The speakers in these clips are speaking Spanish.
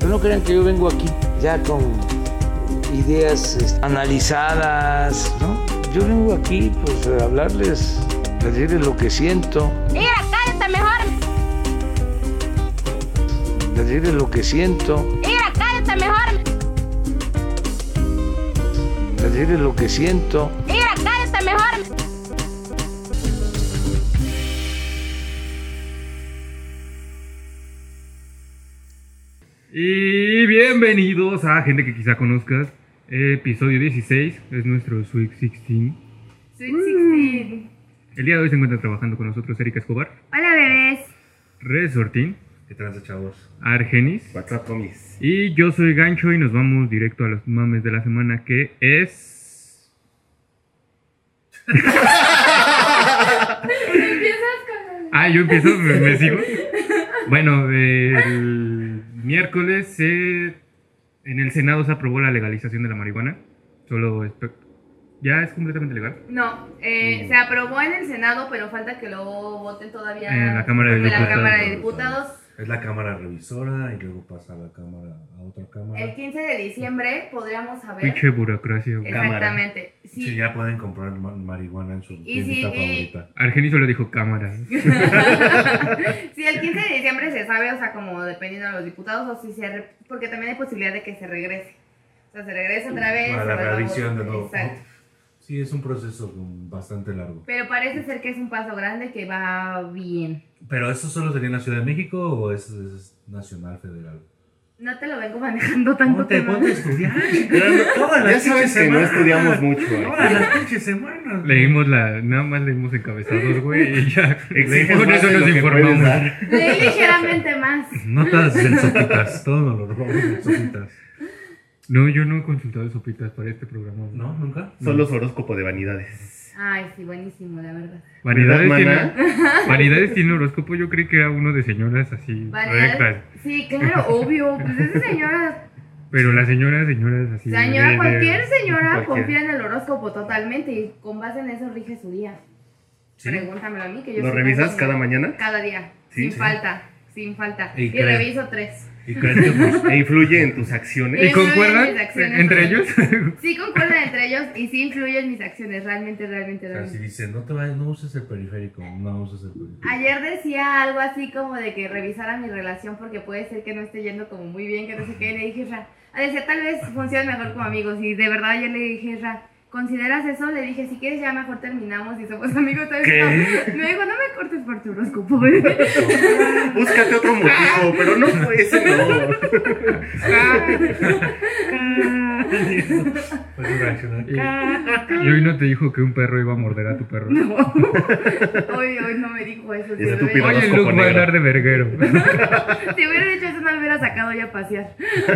Pero no crean que yo vengo aquí ya con ideas analizadas, ¿no? Yo vengo aquí pues a hablarles, a decirles lo que siento. Mira, cállate mejor. A decirles lo que siento. Mira, cállate mejor. A decirles lo que siento. Mira, cállate mejor. Y bienvenidos a gente que quizá conozcas. Episodio 16, es nuestro Sweet 16. Sweet 16. El día de hoy se encuentra trabajando con nosotros Erika Escobar, Hola, bebés. Resortín, ¿Qué tranza, chavos? Argenis WhatsApp, homies. y yo soy Gancho y nos vamos directo a los mames de la semana que es... Empiezas con Yo empiezo, me sigo. Bueno, el miércoles en el Senado se aprobó la legalización de la marihuana. ¿Ya es completamente legal? No, se aprobó en el Senado, pero falta que lo voten todavía En la Cámara de Diputados. la Cámara de Diputados. Es la cámara revisora y luego pasa a la cámara, a otra cámara. El 15 de diciembre podríamos saber. Pinche burocracia. güey. Exactamente. Sí, Sí. ya pueden comprar marihuana en su tiendita favorita. Argenis solo dijo cámara. Si el 15 de diciembre se sabe, o sea, como dependiendo de los diputados, o si porque también hay posibilidad de que se regrese. O sea, se regrese otra vez. Para la se vuelva a revisión de votar. nuevo. Exacto. Sí, es un proceso bastante largo. Pero parece ser que es un paso grande que va bien. ¿Pero eso solo sería en la Ciudad de México o es nacional, federal? No te lo vengo manejando tanto. Ponte a estudiar. Ya sabes que no estudiamos mucho. Todas las pinches semanas. Nada más leímos encabezados, güey, y ya. Exiges Con más eso de lo nos que puedes informamos. dar. Leí ligeramente más. Notas en sopitas. Todo nos lo robamos en sopitas. No, yo no he consultado sopitas para este programa. ¿No? ¿Nunca? Solo su horóscopo de vanidades. Ay, sí, buenísimo, la verdad. Vanidades ¿Verdad, tiene horóscopo, yo creí que era uno de señoras así, rectas. Sí, claro, obvio. Pues esa señora. Pero las señoras así. Señora, cualquier señora cualquier. confía en el horóscopo totalmente y con base en eso rige su día. Sí. Pregúntamelo a mí que yo ¿Lo soy revisas una cada señora. mañana? Cada día, Sí, sin sí. falta, sin falta. ¿Y Y crees? reviso 3. ¿Y crees que pues, ¿E influye en tus acciones? ¿Y concuerdan mis acciones entre son- ellos? Sí concuerdan entre ellos y sí influyen mis acciones, realmente. o sea, si realmente. dicen, no uses el periférico, no uses el periférico? Ayer decía algo así como de que revisara mi relación porque puede ser que no esté yendo como muy bien, que no sé qué. Y le dije, decía, tal vez funcione mejor como amigos. Y de verdad yo le dije, ¿consideras eso? Le dije, si quieres ya mejor terminamos y somos amigos. Tal vez ¿Qué? no. Me dijo, no me cortes por tu horóscopo, bebé. Búscate otro motivo, pero no fue ese, no. Puedes reaccionar. Y hoy no te dijo que un perro iba a morder a tu perro. Hoy no me dijo eso. sí, Estúpido. bebé. Oye, horóscopo Luke va a negro. andar de verguero. Si hubiera dicho eso no lo hubiera sacado ya a pasear.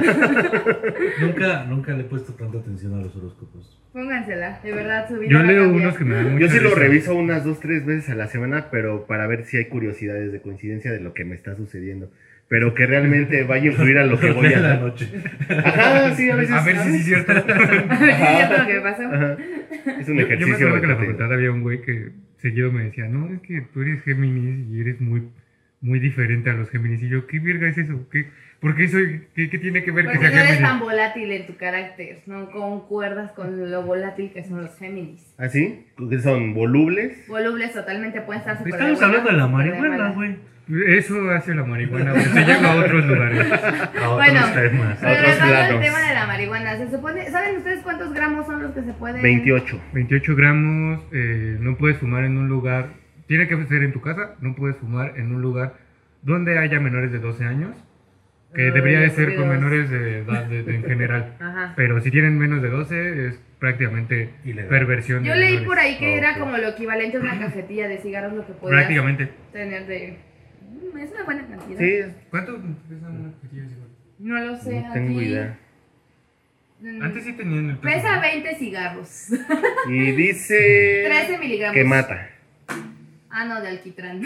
Nunca le he puesto tanta atención a los horóscopos. Póngansela, de verdad su vida Yo va a leo cambiar. unos que me dan mucha Yo sí lo risa. reviso unas 2-3 veces a la semana, pero para ver si hay curiosidades de coincidencia de lo que me está sucediendo. Pero que realmente vaya a influir a lo que voy a la dar. noche. Ajá, sí, a veces. A ver si sí es cierto. A ver si es cierto lo que pasó. Ajá. Es un Yo me ejercicio. acuerdo que en la bastante- facultad había un güey que seguido me decía, no, es que tú eres Géminis y eres muy diferente a los Géminis. Y yo, ¿qué verga es eso? ¿Por qué qué tiene que ver que Porque sea no eres Géminis? tan volátil en tu carácter, no concuerdas con lo volátil que son los Géminis. ¿Ah, sí? ¿Que son volubles? Volubles totalmente pueden estar súper Estamos de buena, hablando de la súper marihuana, mala. güey. Eso hace la marihuana, güey, se lleva a otros lugares. A otros Bueno, temas. A otros regresando al planos. tema de la marihuana, se supone, ¿saben ustedes cuántos gramos son los que se pueden? 28. 28 gramos, no puedes fumar en un lugar, tiene que ser en tu casa, no puedes fumar en un lugar donde haya menores de 12 años, que Ay, debería de ser con estúpidos. menores de edad en general. Ajá. Pero si tienen menos de 12 es prácticamente Ilegal. perversión. Yo de leí menores. por ahí que era Ok. como lo equivalente a una cajetilla de cigarros lo que podías Prácticamente. tener de... Es una buena cantidad. Sí, ¿Cuánto pesa una cajetilla de cigarro? No lo sé, no tengo aquí... idea. Antes sí tenían el peso. Pesa 20 cigarros. Y dice 13 miligramos. que mata. Ah, no, de alquitrán.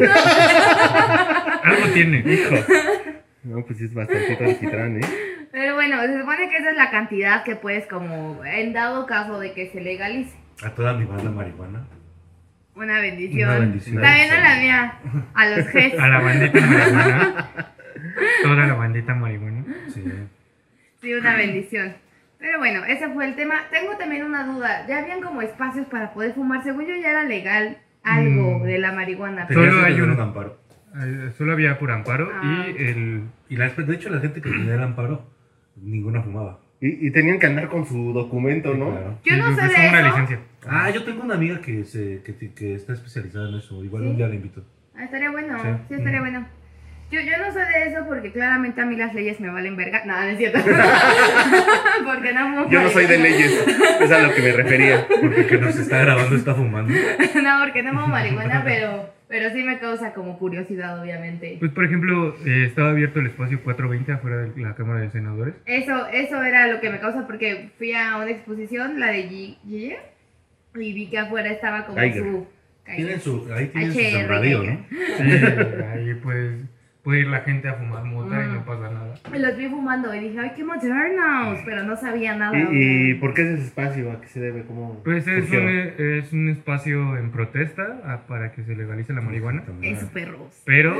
Algo tiene. Hijo. No, pues sí es bastante alquitrán, ¿eh? Pero bueno, se supone que esa es la cantidad que puedes como, en dado caso de que se legalice. A toda mi banda marihuana. Una bendición. Una bendición. También a la mía, a los Gs. A la bandita marihuana. Toda la bandita marihuana. Sí. Sí, una bendición. Pero bueno, ese fue el tema. Tengo también una duda. Ya habían como espacios para poder fumar. Según yo ya era legal algo de la marihuana. Solo Tenías que hay tener un- amparo. Solo había por amparo Ah. Y de hecho, la gente que tenía el amparo, ninguna fumaba. Y tenían que andar con su documento, ¿no? Claro. Yo no sé es de como una eso. licencia. Ah, yo tengo una amiga que está especializada en eso. Igual ¿Sí? un día la invito. Ah, estaría bueno. Sí. Sí, estaría bueno. Yo no sé de eso porque claramente a mí las leyes me valen verga. No, no es cierto. Porque no fumo Yo no soy de marihuana. leyes, es a lo que me refería. Porque el que nos está grabando está fumando. No, porque no fumo marihuana, pero sí me causa como curiosidad, obviamente. Pues, por ejemplo, estaba abierto el espacio 420 afuera de la Cámara de Senadores. Eso era lo que me causa porque fui a una exposición, la de Giger, y vi que afuera estaba como Geiger. su... Ahí tienen su HR, sembradío, ¿no? Sí, ahí pues puede ir la gente a fumar mota y no pasa nada. Y los vi fumando y dije, ¡ay, qué modernos! Pero no sabía nada. ¿Y por qué ese espacio? ¿A qué se debe? ¿Cómo Pues surgió? es un espacio en protesta para que se legalice la marihuana, Esos perros. pero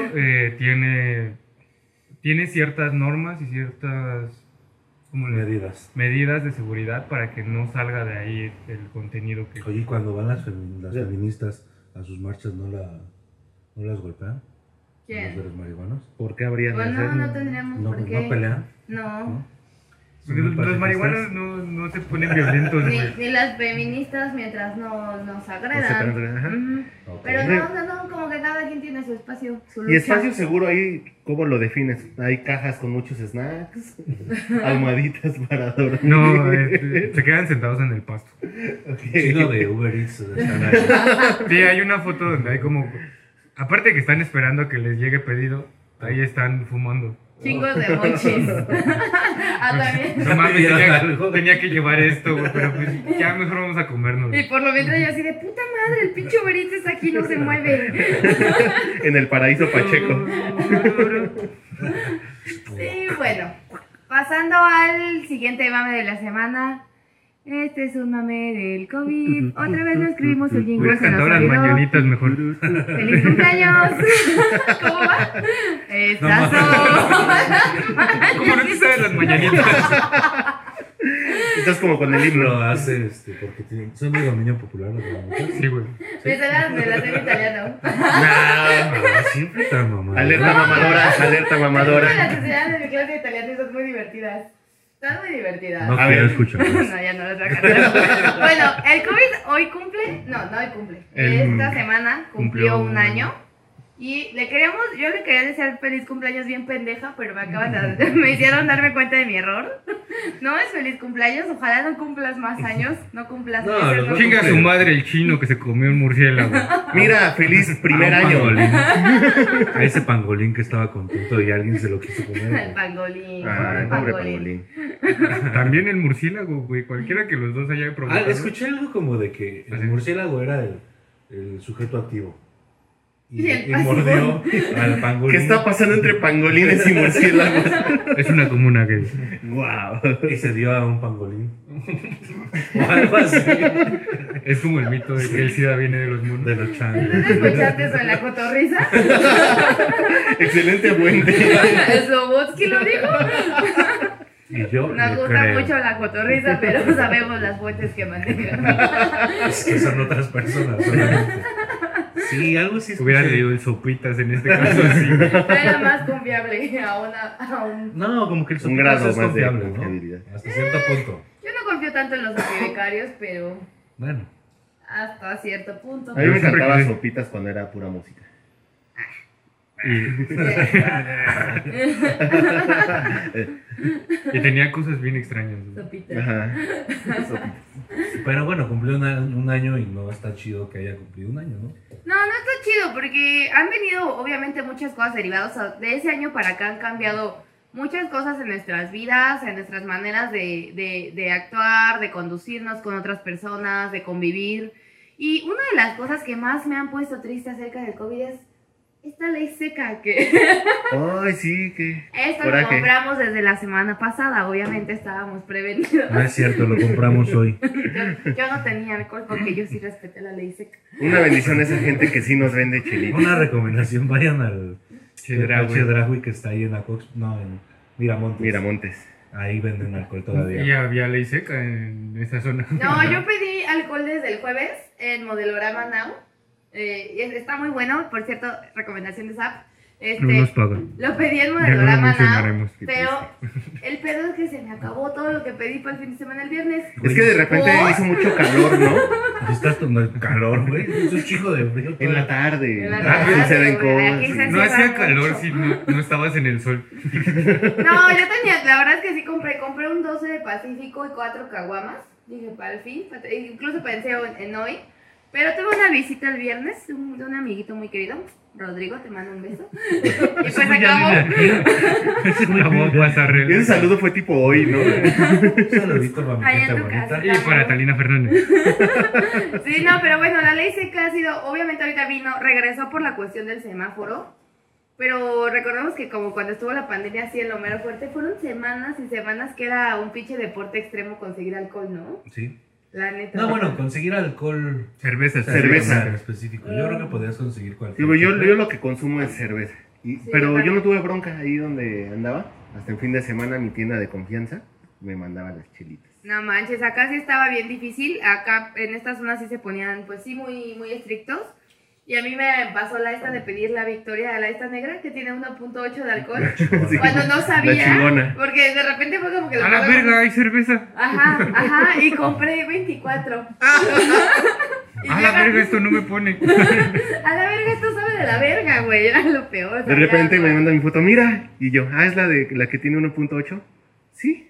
tiene ciertas normas y ciertas ¿cómo le- Medidas. medidas de seguridad para que no salga de ahí el contenido que... Oye, cuando van las feministas a sus marchas, ¿no las golpean? ¿Quién? ¿Los de los marihuanos? ¿Por qué habrían de Pues hacer? no tendríamos No, por qué. no pelean. No. Porque ¿Son los pacifistas? marihuanos no se ponen violentos, güey. Ni las feministas mientras no nos No se agredan. agredan, ajá. Ujú. Ok. Pero no, como que cada quien tiene su espacio, su lucha. Y espacio seguro ahí, ¿cómo lo defines? Hay cajas con muchos snacks, almohaditas para dormir. No, se quedan sentados en el pasto. Chino de Uber Eats están ahí. Sí, hay una foto donde hay como... Aparte de que están esperando a que les llegue pedido, ahí están fumando. Chingos de mochis. Ah, también. No mames, pidieron algo. tenía que llevar esto, güey, pero pues ya mejor vamos a comernos. Y por lo mientras yo así de puta madre, el pinche Uberito está aquí, no se mueve. En el paraíso Pacheco. Sí, bueno. Pasando al siguiente mame de la semana. Este es un mame del COVID. Otra vez no escribimos el jingle, Hubieras se nos cantado las olvidó. mañanitas mejor. ¡Feliz cumpleaños! ¿Cómo va? Estas son... ¿Cómo no te sabes las mañanitas? Estás como con el himno. Lo hace porque son de dominio popular los marihuanos. Sí, güey. Me sale de la serie italiana. Siempre tan mamá. Alerta mamadora, alerta mamadora. Las escenas de mi clase de italiano son muy divertidas. Están muy divertidas. No A quiero ver. escuchar. No, ya no las voy a cantar. Bueno, el COVID hoy cumple. No hoy cumple. Esta semana cumplió un año. Y yo le quería desear feliz cumpleaños bien pendeja, pero me hicieron darme cuenta de mi error. No es feliz cumpleaños, ojalá no cumplas más años, no cumplas No, meses, los no Chinga a cumplas- su madre el chino que se comió un murciélago. Mira, feliz primer A un año. pangolín. A ese pangolín que estaba contento y alguien se lo quiso El comer. pangolín, Ay, el pobre pangolín. pangolín. También el murciélago, güey. Cualquiera que los dos haya probado. Escuché algo como de que el murciélago era el sujeto activo. Y el Y pasivo. mordió al pangolín. ¿Qué está pasando entre pangolines y murciélagos? Es una comuna gay. Wow. Y se dio a un pangolín. O algo así. Es como el mito de que el SIDA viene de los De mundos. los changos. ¿No escuchaste eso en la cotorriza? Excelente puente. Slobodsky lo dijo. Y yo Nos le gusta creo. mucho la cotorriza, pero sabemos las fuentes que manejan. Es que son otras personas solamente. Sí, algo así escuché. Hubiera leído el Sopitas en este caso, sí. Era más confiable a un... No, como que el Un sopitas grado es más de confiable, ¿no? confiabilidad. Hasta cierto punto. Yo no confío tanto en los becarios, pero Bueno. hasta cierto punto. A mí me encantaba Sopitas cuando era pura música. Y tenía cosas bien extrañas. güey. Sopita. Ajá. Sopitas. Pero bueno, cumplió un año y no está chido que haya cumplido un año, ¿no? No está chido porque han venido obviamente muchas cosas derivadas de ese año para acá. Han cambiado muchas cosas en nuestras vidas, en nuestras maneras de actuar, de conducirnos con otras personas, de convivir. Y una de las cosas que más me han puesto triste acerca del COVID es esta ley seca que... Ay, sí, que. Esto lo coraje. compramos desde la semana pasada, obviamente estábamos prevenidos. No es cierto, lo compramos hoy. Yo no tenía alcohol porque yo sí respeté la ley seca. Una bendición a esa gente que sí nos vende chelita. Una recomendación, vayan Chedraui, que está ahí en la Cox, no, en Miramontes. Ahí venden alcohol todavía. Y había ley seca en esa zona. No, yo pedí alcohol desde el jueves en Modelorama Now. Está muy bueno, por cierto, recomendación de SAP. No nos pagan. Lo pedí en Ya no lo Modelorama Now, mencionaremos, qué pero el pedo es que se me acabó todo lo que pedí para el fin de semana el viernes. Es que de repente ¿Por? hizo mucho calor, ¿no? Estás tomando calor, güey. Es un chico de frío. En la tarde. En la Rápido tarde, se ven güey, aquí cosas. se No hacía cierra calor mucho. si no estabas en el sol. No, yo tenía, la verdad es que sí compré un 12 de Pacífico y 4 caguamas. Dije, para el fin, incluso pensé en hoy. Pero tuve una visita el viernes de un amiguito muy querido, Rodrigo, te mando un beso. Y pues acabó. Ese saludo fue tipo hoy, ¿no? Un saludito para mi Allá en gente tu bonita. casa. Y para Talina Fernández. Sí, no, pero bueno, la ley seca ha sido, obviamente ahorita regresó por la cuestión del semáforo. Pero recordemos que como cuando estuvo la pandemia así en lo mero fuerte, fueron semanas y semanas que era un pinche deporte extremo conseguir alcohol, ¿no? Sí. La neta. No, bueno, conseguir alcohol Cerveza. en específico. Yo creo que podías conseguir cualquier. Digo, yo tipo. lo que consumo es cerveza. Sí, Pero yo también. no tuve bronca ahí donde andaba. Hasta el fin de semana mi tienda de confianza me mandaba las chelitas. No manches, acá sí estaba bien difícil. Acá en esta zona sí se ponían, pues sí, muy, muy estrictos. Y a mí me pasó la esta de pedir la Victoria, la esta negra, que tiene 1.8 de alcohol. Sí. Cuando no La sabía. chingona. Porque de repente fue como que A la verga, hay cerveza. Ajá, y compré 24. Y A la llega- verga, esto no me pone. A la verga, esto sabe de la verga, güey. Era lo peor. De repente me mandan mi foto, mira. Y yo, es la que tiene 1.8. Sí.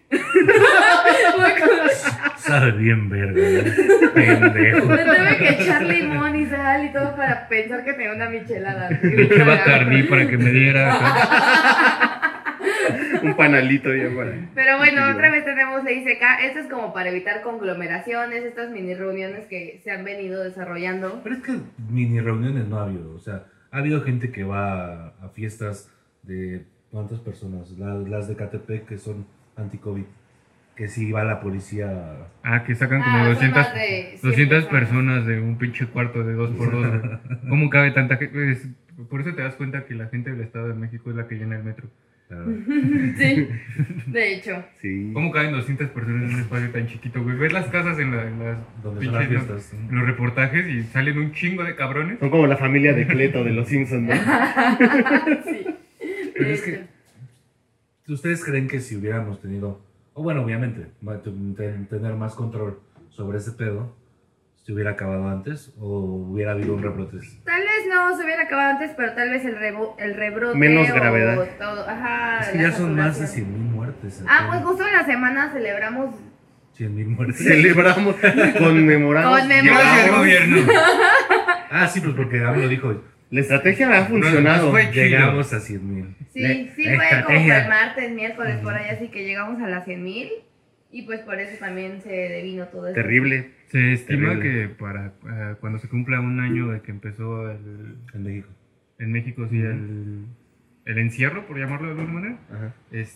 Sabe bien verga, ¿no? Pendejo. Me tuve que echar limón y sal y todo para pensar que tenía una michelada. Pinche Bacardí para que me diera. Un panalito ya para. Pero bueno, Sí, otra vez tenemos ley seca. Esto es como para evitar conglomeraciones, estas mini reuniones que se han venido desarrollando. Pero es que mini reuniones no ha habido. O sea, ha habido gente que va a fiestas de ¿cuántas personas? Las de Catepec que son anti-COVID. Que sí va la policía. Ah, que sacan como son 200, más de 100 200 personas de un pinche cuarto de 2x2. ¿Cómo cabe tanta gente? Por eso te das cuenta que la gente del Estado de México es la que llena el metro. Sí, de hecho. Sí. ¿Cómo caben 200 personas en un espacio tan chiquito, güey? Ves las casas en las Donde son las pinches, fiestas. en los reportajes y salen un chingo de cabrones. Son como la familia de Cleto de los Simpsons, ¿no? Sí. Pero De es que, hecho. ¿ustedes creen que si hubiéramos tenido, o bueno, obviamente, tener más control sobre ese pedo, se hubiera acabado antes o hubiera habido un rebrote? Tal vez no se hubiera acabado antes, pero tal vez el rebrote. Menos o gravedad. todo. Ajá. Es que la ya son más de saturación. 100,000 muertes. Ah, pues justo en la semana celebramos. 100,000 muertes. Celebramos, conmemoramos. Gracias, llegamos. gobierno. Ah, sí, pues porque AMLO dijo, La estrategia ha funcionado. No fue chido. llegamos a 100,000. Sí, La sí, fue como estrategia. el martes, miércoles, por ahí, así que llegamos a las 100,000. Y pues por eso también se devino todo esto. Terrible. Se estima Terrible. que para cuando se cumpla un año de que empezó En México. en México, sí, el encierro, por llamarlo de alguna manera, Ajá.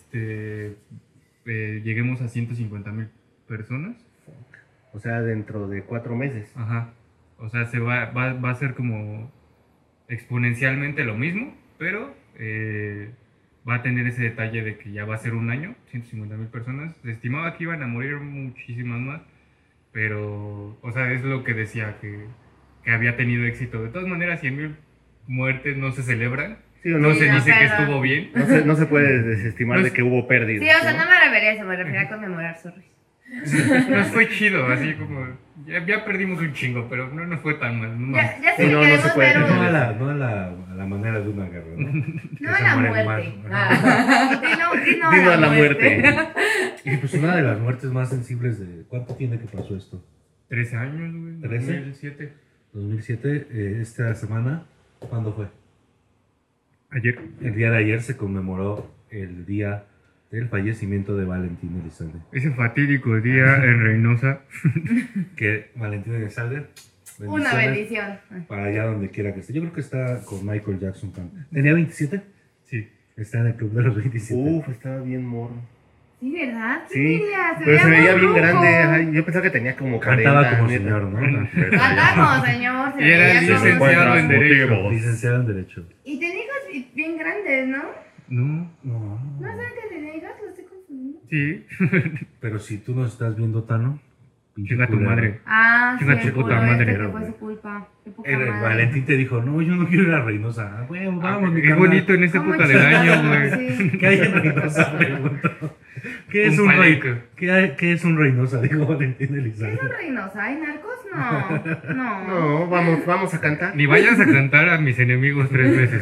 lleguemos a 150,000 personas. O sea, dentro de 4 meses. Ajá. O sea, va a ser como exponencialmente lo mismo, pero va a tener ese detalle de que ya va a ser un año, 150,000 personas. Se estimaba que iban a morir muchísimas más, pero, o sea, es lo que decía, que había tenido éxito. De todas maneras, 100,000 muertes no se celebran, ¿Sí o no no? se no, dice que pero- estuvo bien. No se puede desestimar No de es- que hubo pérdidas. Sí, o sea, ¿no? no me refería a eso, me refería a conmemorar, sorry. Nos fue chido, así como, ya perdimos un chingo, pero no nos fue tan mal. No mames. Ya Sí, si no, no queremos se puede ver No un... a la manera de una guerra, ¿no? No Que a se la mueren muerte. más. Ah. Dino Dino a la muerte. Y pues una de las muertes más sensibles de... ¿Cuánto tiene que pasó esto? 13 años, güey. 13. 2007. 2007, esta semana, ¿cuándo fue? Ayer. El día de ayer se conmemoró el día del fallecimiento de Valentín Elizalde. Ese fatídico día en Reynosa. Que Valentín Elizalde, Una bendición. para allá donde quiera que esté. Yo creo que está con Michael Jackson. ¿Tenía 27? Sí. Está en el club de los 27. Uf, estaba bien morro. Sí, ¿verdad? Sí, Diría, pero se veía muy bien ruco. grande. Ajá, yo pensaba que tenía como 40. Cantaba como neta. señor, ¿no? Cantaba como señor, se Y era veía como- licenciado en Derecho. Licenciado en Derecho. Y tenía bien grandes, ¿no? No, No. ¿No saben que tenía hijas? Lo estoy confundiendo. sí. Pero si tú nos estás viendo, Tano, pinche Chinga tu culero. madre. Ah, sí, Chinga tu el puta culo madre, que güey. fue su culpa. Qué poca El madre. Valentín te dijo, no, yo no quiero ir a Reynosa. Ah, güey, vamos, mi Es carnal. bonito en esta ¿Cómo época del chingados, año, güey. sí? ¿Qué hay en Reynosa? Pregunto. ¿Qué es Un un rey? palenque. ¿Qué es un Reynosa? Dijo Valentín ¿Es Elizalde. un Reynosa? ¿Hay narcos? No. No. No, vamos a cantar. Ni vayas a cantar a mis enemigos 3 veces.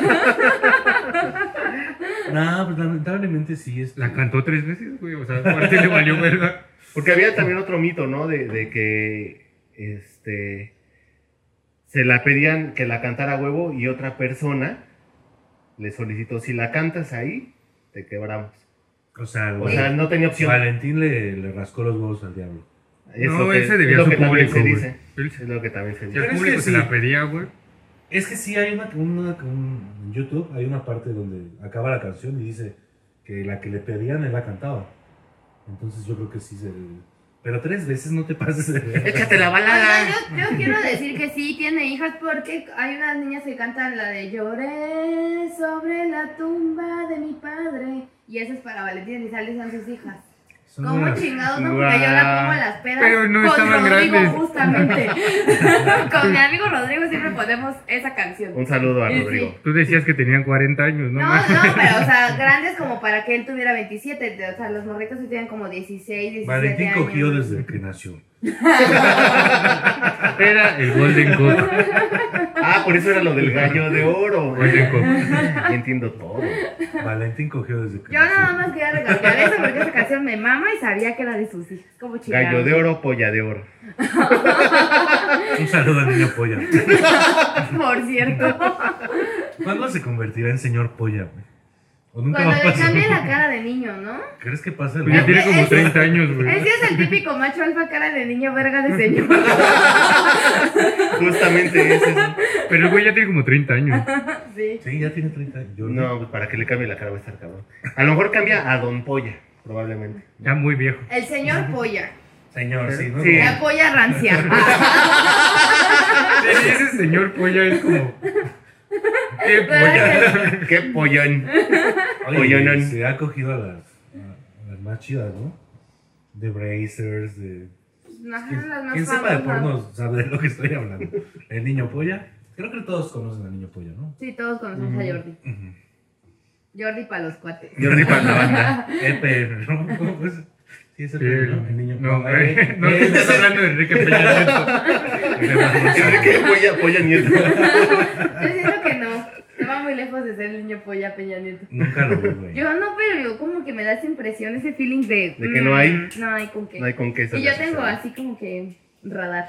No, pues lamentablemente sí es. La cantó 3 veces, güey. O sea, aparte le valió verga. Porque había también otro mito, ¿no? De que se la pedían que la cantara a huevo y otra persona le solicitó, si la cantas ahí, te quebramos. O sea, O sea, no tenía opción. Valentín le rascó los huevos al diablo. Es No, lo que- ese es debía lo su que también público, se güey. dice. Él- Es lo que también se Si dice. el Pero es público que se sí. la pedía, güey. Es que sí hay en YouTube hay una parte donde acaba la canción y dice que la que le pedían él la cantaba. Entonces yo creo que sí se... Pero 3 veces no te pases de ver. Échate la balada. Oigan, yo quiero decir que sí tiene hijas porque hay unas niñas que cantan la de Lloré sobre la tumba de mi padre. Y eso es para Valentín Elizalde, son sus hijas. Son ¿Cómo unas- chingados no? Porque yo la pongo en las pedas Pero no con estaban Rodrigo grandes. justamente. Con mi amigo Rodrigo siempre ponemos esa canción. Un saludo a Sí, Rodrigo. sí. Tú decías que tenían 40 años, ¿no? No, pero o sea, grandes como para que él tuviera 27. O sea, los morritos sí tienen como 16, 17 Valentín años. cogió desde que nació. Era el Golden Coat. Ah, por eso era lo del gallo de oro. Golden Coat. Ya entiendo todo. Valentín cogió desde que Yo nació. nada más quería recalcar eso porque esa canción me mama y sabía que era de sus hijas. Como chingados. Gallo de oro, polla de oro. Un saludo al niño Polla. Por cierto. ¿Cuándo se convertirá en señor Polla, güey? ¿O nunca Cuando va a le pasar? cambie la cara de niño, ¿no? ¿Crees que pasa el Pues ya tiene como Ese- 30 años, güey. Ese es el típico macho alfa cara de niño verga de señor. Justamente ese es. Pero el güey ya tiene como 30 años. Sí. Sí, ya tiene 30 años. Yo No, pues para que le cambie la cara va a estar cabrón. A lo mejor cambia a Don Polla, probablemente. Ya muy viejo. El señor polla. Señor, sí, ¿no? Sí. La polla rancia. Ese señor polla es como. ¡Qué polla! ¡Qué pollón! Oye, Pollonón. se ha cogido a las más chidas, ¿no? De Brazers, de... Ajá, las más Quien sepa de famosas. porno sabe de lo que estoy hablando. El niño Polla. Creo que todos conocen al niño Polla, ¿no? Sí, todos conocemos a Jordi. Jordi para los cuates. Jordi para la banda. EPR, ¿no? ¿Cómo pues? Sí, es Sí, el niño no, Polla. güey. No estás hablando de Enrique Peña Nieto. Enrique Polla Nieto. Yo siento que no. Se va muy lejos de ser el niño polla Peña Nieto. Nunca lo vi, güey. Yo no, pero yo como que me da esa impresión, ese feeling de... ¿De que no hay? No hay con qué. No hay con qué Y yo saber. tengo así como que radar.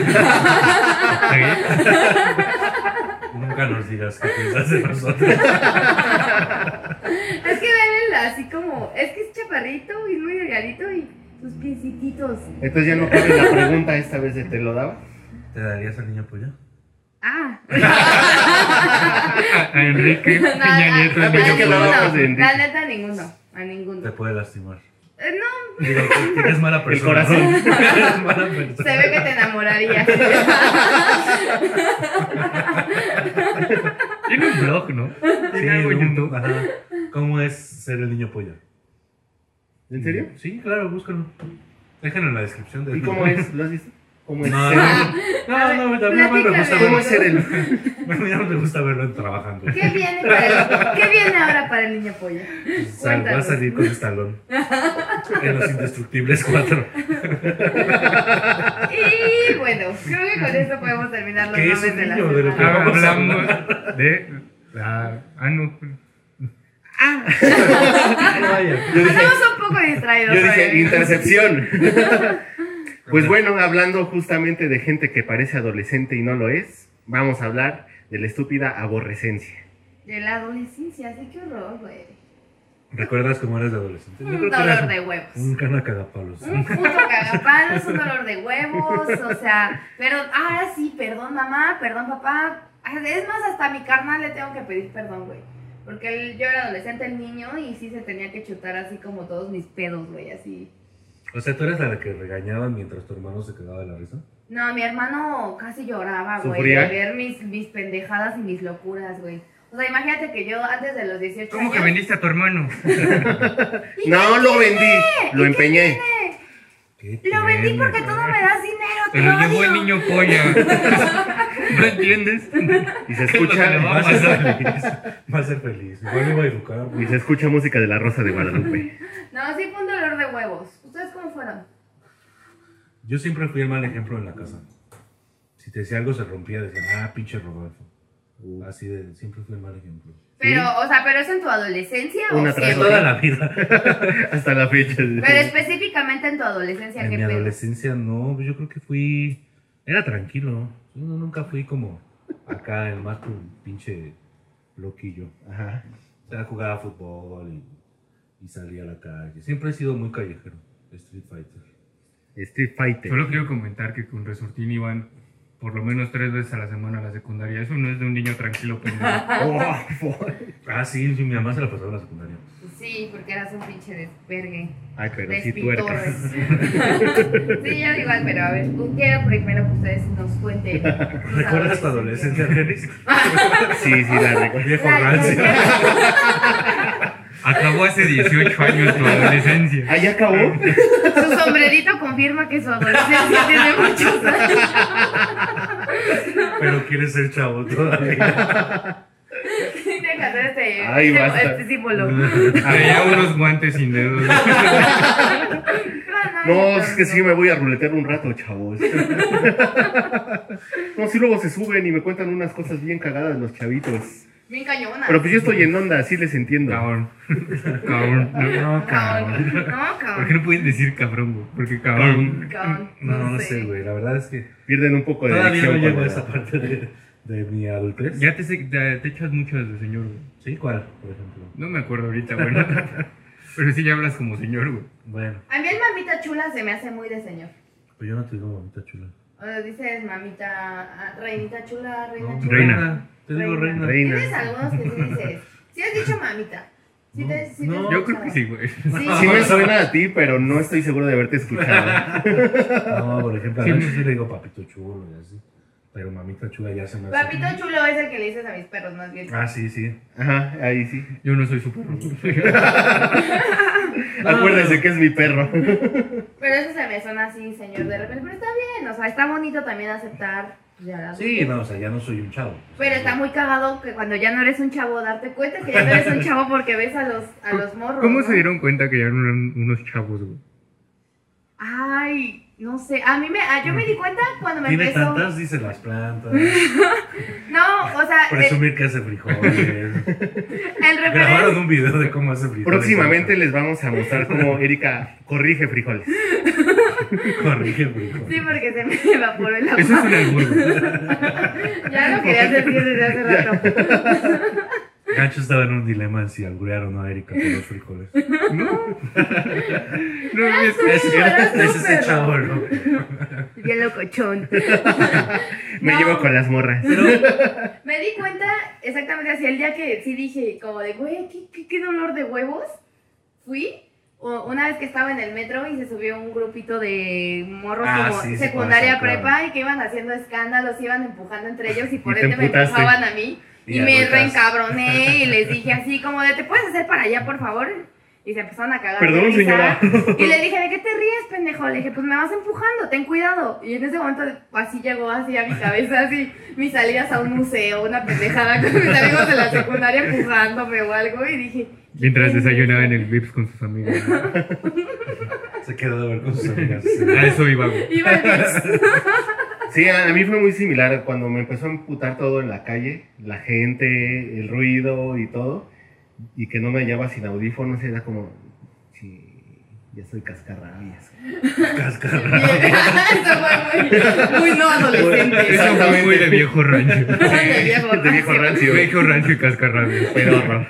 Nunca nos digas qué piensas de nosotros. Es que ven así como... Es que es chaparrito y es muy delgadito y sus piecititos. Entonces ya no cabe la pregunta esta vez de ¿te lo daba? ¿Te darías al niño Polla? Ah. A Enrique No, Peña Nieto. Ah, pensé que hablábamos de ninguno. Enrique. La neta, ninguno. A Te ninguno. puede lastimar. No, Digo, que eres mala persona. corazón. ¿no? Eres mala persona. se ve que te enamoraría. Tiene un blog, ¿no? Sí, Tiene algo en un- YouTube. ajá. ¿Cómo es ser el niño Polla? ¿En serio? Sí, claro, búscalo. Déjalo en la descripción del ¿Y cómo es? ¿Lo has visto? ¿Cómo es? No, ser- no, no, me gusta Platícame. ¿Cómo es ser el...? Ya no me gusta verlo trabajando. ¿Qué viene ahora para el niño polla? Va a Cuéntanos. salir con Stallone en Los Indestructibles 4. Y bueno, creo que con esto podemos terminar los ¿Qué es nombres un de la niño? De lo que semana. vamos a Hablamos de la. Ah, no. Vaya. Yo dije, Estamos un poco distraídos. yo dije hoy. intercepción. Pues bueno, hablando justamente de gente que parece adolescente y no lo es, vamos a hablar de la estúpida aborrecencia. De la adolescencia, sí, qué horror, güey. ¿Recuerdas cómo eras de adolescente? Yo Un creo que dolor eras de huevos. un cana cagapalos. Un puto cagapalos, un dolor de huevos, o sea, pero ahora sí, perdón mamá, perdón papá. Es más, hasta a mi carnal le tengo que pedir perdón, güey. Porque yo era adolescente, el niño, y sí se tenía que chutar así como todos mis pedos, güey, así. O sea, ¿tú eres la que regañaban mientras tu hermano se quedaba de la risa? No, mi hermano casi lloraba, güey, ¿Sufría? de ver mis pendejadas y mis locuras, güey. O sea, imagínate que yo antes de los 18 ¿Cómo que años... vendiste a tu hermano? No lo vendí, lo empeñé. ¿Qué Lo vendí tiene, porque tú no me das dinero, Te te lo llevó el odio. niño polla. ¿No entiendes? Y se ¿Qué es lo que le escucha, va Va a a ser pasar? feliz. Va a ser feliz. Igual me iba a educar. y se escucha música de La Rosa de Guadalupe. No, sí fue un dolor de huevos. ¿Ustedes cómo fueron? Yo siempre fui el mal ejemplo en la casa. Si te decía algo se rompía, decían, pinche Rodolfo. Así de, siempre fui el mal ejemplo. Pero, o sea, ¿pero eso en tu adolescencia Una o tras siempre? Toda la vida. Hasta la fecha. Pero específicamente en tu adolescencia, En ¿qué mi pedo? adolescencia no, yo creo que fui, era tranquilo. Yo nunca fui como acá el más pinche loquillo. Ajá. O sea, jugaba fútbol y salía a la calle. Siempre he sido muy callejero, Street Fighter. Street Fighter. Solo quiero comentar que con Resortín iban por lo menos 3 veces a la semana a la secundaria. Eso no es de un niño tranquilo, pendejo. Ah, sí, mi mamá se la pasaba en la secundaria. Sí, porque eras un pinche desvergue. Ay, pero sí tuercas. Sí, yo igual, pero a ver, quiero primero que ustedes nos cuenten. sus ¿Recuerdas tu adolescencia, Denis? Sí, la recuerdo. Viejo La- rancio. Acabó hace 18 años tu adolescencia. ¿Ah, ya acabó? Su sombrerito confirma que su adolescencia tiene muchos años. Pero quieres ser chavo todavía. Deja hacer Ay, basta. este símbolo. Traía unos guantes sin dedos. No, es que sí me voy a ruletear un rato, chavos. No, sí luego se suben y me cuentan unas cosas bien cagadas los chavitos. Bien cañona. Pero pues yo estoy en onda, sí les entiendo. Cabrón. Cabrón. No, cabrón. No, ¿Por qué cabrón. no pueden decir cabrón, güey? Porque cabrón. Cabrón. No sé, güey. La verdad es que Pierden un poco de todavía no adicción llego a cuando- esa parte de mi adultez. Ya te echas muchas de señor, güey. ¿Sí? ¿Cuál, por ejemplo? No me acuerdo ahorita, güey. Pero sí ya hablas como señor, güey. Bueno, A mí el mamita chula se me hace muy de señor. pues yo no te digo mamita chula. O dices mamita, reinita chula, reina No, chula. Reina. Te digo reina. Reina. Tienes algunos que sí dices. Sí has dicho mamita. Sí te, sí te No, has Yo escuchado. creo que sí, güey. Sí, Sí me suena a ti, pero no estoy seguro de haberte escuchado. No, por ejemplo, a Sí. veces sí le digo papito chulo y así. Pero mamita chula ya se me hace. Papito chulo es el que le dices a mis perros más bien. Ah, sí, sí. Ajá, ahí sí. Yo no soy su perro. Acuérdense que es mi perro. Pero eso se me suena así, señor, de repente. Pero está bien, o sea, está bonito también aceptar. Ya la Sí, no, o sea, ya no soy un chavo. Pero está muy cagado que cuando ya no eres un chavo, darte cuenta que ya no eres un chavo porque ves a los morros. ¿Cómo ¿no? se dieron cuenta que ya no eran unos chavos, güey? Ay, no sé. Yo me di cuenta cuando me Tiene empezó. tantas, dice las plantas. No, o sea, Presumir que hace frijoles. el Grabaron referente. un video de cómo hace frijoles. Próximamente les vamos a mostrar cómo Erika corrige frijoles. Corrige frijoles. Sí, porque se me evaporó el agua. Eso es un albur, güey. Ya lo querías decir desde hace rato. Gancho estaba en un dilema en si alburear o no a Erika por los frijoles. No, es Eras Es ese súper. chavo, ¿no? Bien locochón. Me No. llevo con las morras. Me di cuenta exactamente así el día que sí dije, como de, güey, ¿qué dolor de huevos? Fui una vez que estaba en el metro y se subió un grupito de morros Ah, como sí, sí secundaria pasa, claro. prepa y que iban haciendo escándalos, iban empujando entre ellos y por Y te ende me emputaste. empujaban a mí. Y Y me agüitas. reencabroné y les dije así como de, ¿te puedes hacer para allá, por favor? Y se empezaron a cagar. de Perdón, risa. señora. Y le dije, ¿de qué te ríes, pendejo? Le dije, pues me vas empujando, ten cuidado. Y en ese momento así llegó así a mi cabeza, así, mis salidas a un museo, una pendejada con mis amigos de la secundaria empujándome o algo. Y dije, Mientras desayunaba en el Vips con sus amigos. Se quedó de ver con sus amigas. A eso iba, güey. iba el Vips. Sí, a mí fue muy similar cuando me empezó a emputar todo en la calle, la gente, el ruido y todo, y que no me hallaba sin audífonos, era como, sí, ya soy cascarrabias. Cascarra. Eso fue muy no adolescente. Eso fue muy de viejo rancho. De viejo De viejo rancio, Viejo rancho y cascarrabias. pedorro.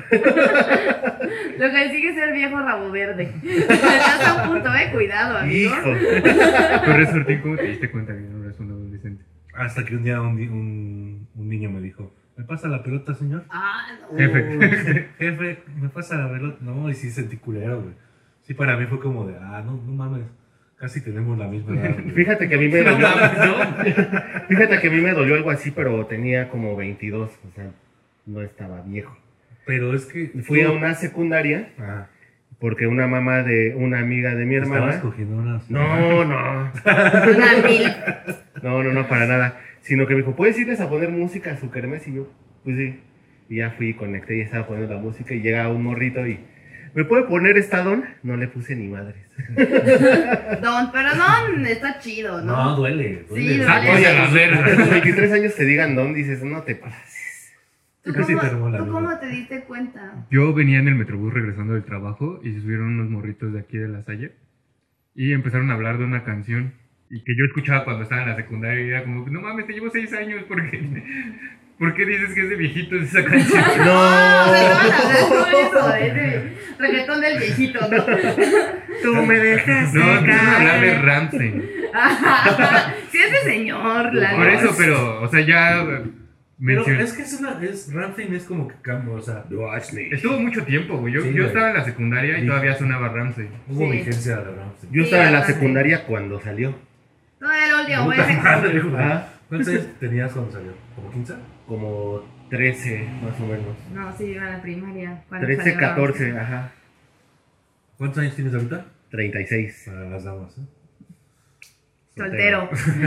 Lo que sigue es ser viejo rabo verde. Estás a punto, cuidado, amigo. Hijo. Pero Resortín, ¿cómo te diste cuenta que no eras un adolescente? Hasta que un día un niño me dijo, ¿me pasa la pelota, señor? Ah, no. Jefe. Jefe, ¿me pasa la pelota? No, y sí sentí culero, güey. Sí, para mí fue como de, no mames, casi tenemos la misma edad, güey. Fíjate que a mí me dolió. Fíjate que a mí me dolió algo así, pero tenía como 22, o sea, no estaba viejo. Pero es que... Fui a una secundaria Ah, porque una mamá de una amiga de mi estabas hermana... cogiendo unas... No, Una mil. no, para nada. Sino que me dijo, ¿puedes irles a poner música a su kermés? Y yo, pues sí. Y ya fui, conecté y estaba poniendo la música y llega un morrito y... ¿Me puede poner esta don? No le puse ni madres. Don, pero Don está chido, ¿no? No, duele. Sí, duele. Oye, a la verga. A los 23 años te digan don, dices, no te pases. ¿Tú Casi te robó cómo, la ¿Tú vida. cómo te diste cuenta? Yo venía en el Metrobús regresando del trabajo y se subieron unos morritos de aquí de La Salle y empezaron a hablar de una canción y que yo escuchaba cuando estaba en la secundaria y era como, no mames, te llevo 6 años, ¿por qué dices que es de viejitos esa canción? No, o sea, estaban hablando de eso, de ese reggaetón del viejito, ¿no? Tú me dejas No, empezaron a hablar de caer. Ramsey. Sí, ese señor, la Por neta. eso, pero, o sea, ya Pero mencioné. es que Rammstein es como que cambia, o sea, Estuvo mucho tiempo, güey. Yo Sí, güey. estaba en la secundaria y Sí. todavía sonaba Ramsey. hubo Sí. vigencia de Rammstein. Yo Sí, estaba en la bastante. secundaria cuando salió. No, el último, güey. Puta madre, güey. Ah. ¿Cuántos años tenías cuando salió? ¿Como 15? Como 13, más o menos. No, sí, iba a la primaria. cuando 13, salió 14, Ramsey. ajá. ¿Cuántos años tienes ahorita? 36. Para las damas, ¿eh? Soltero.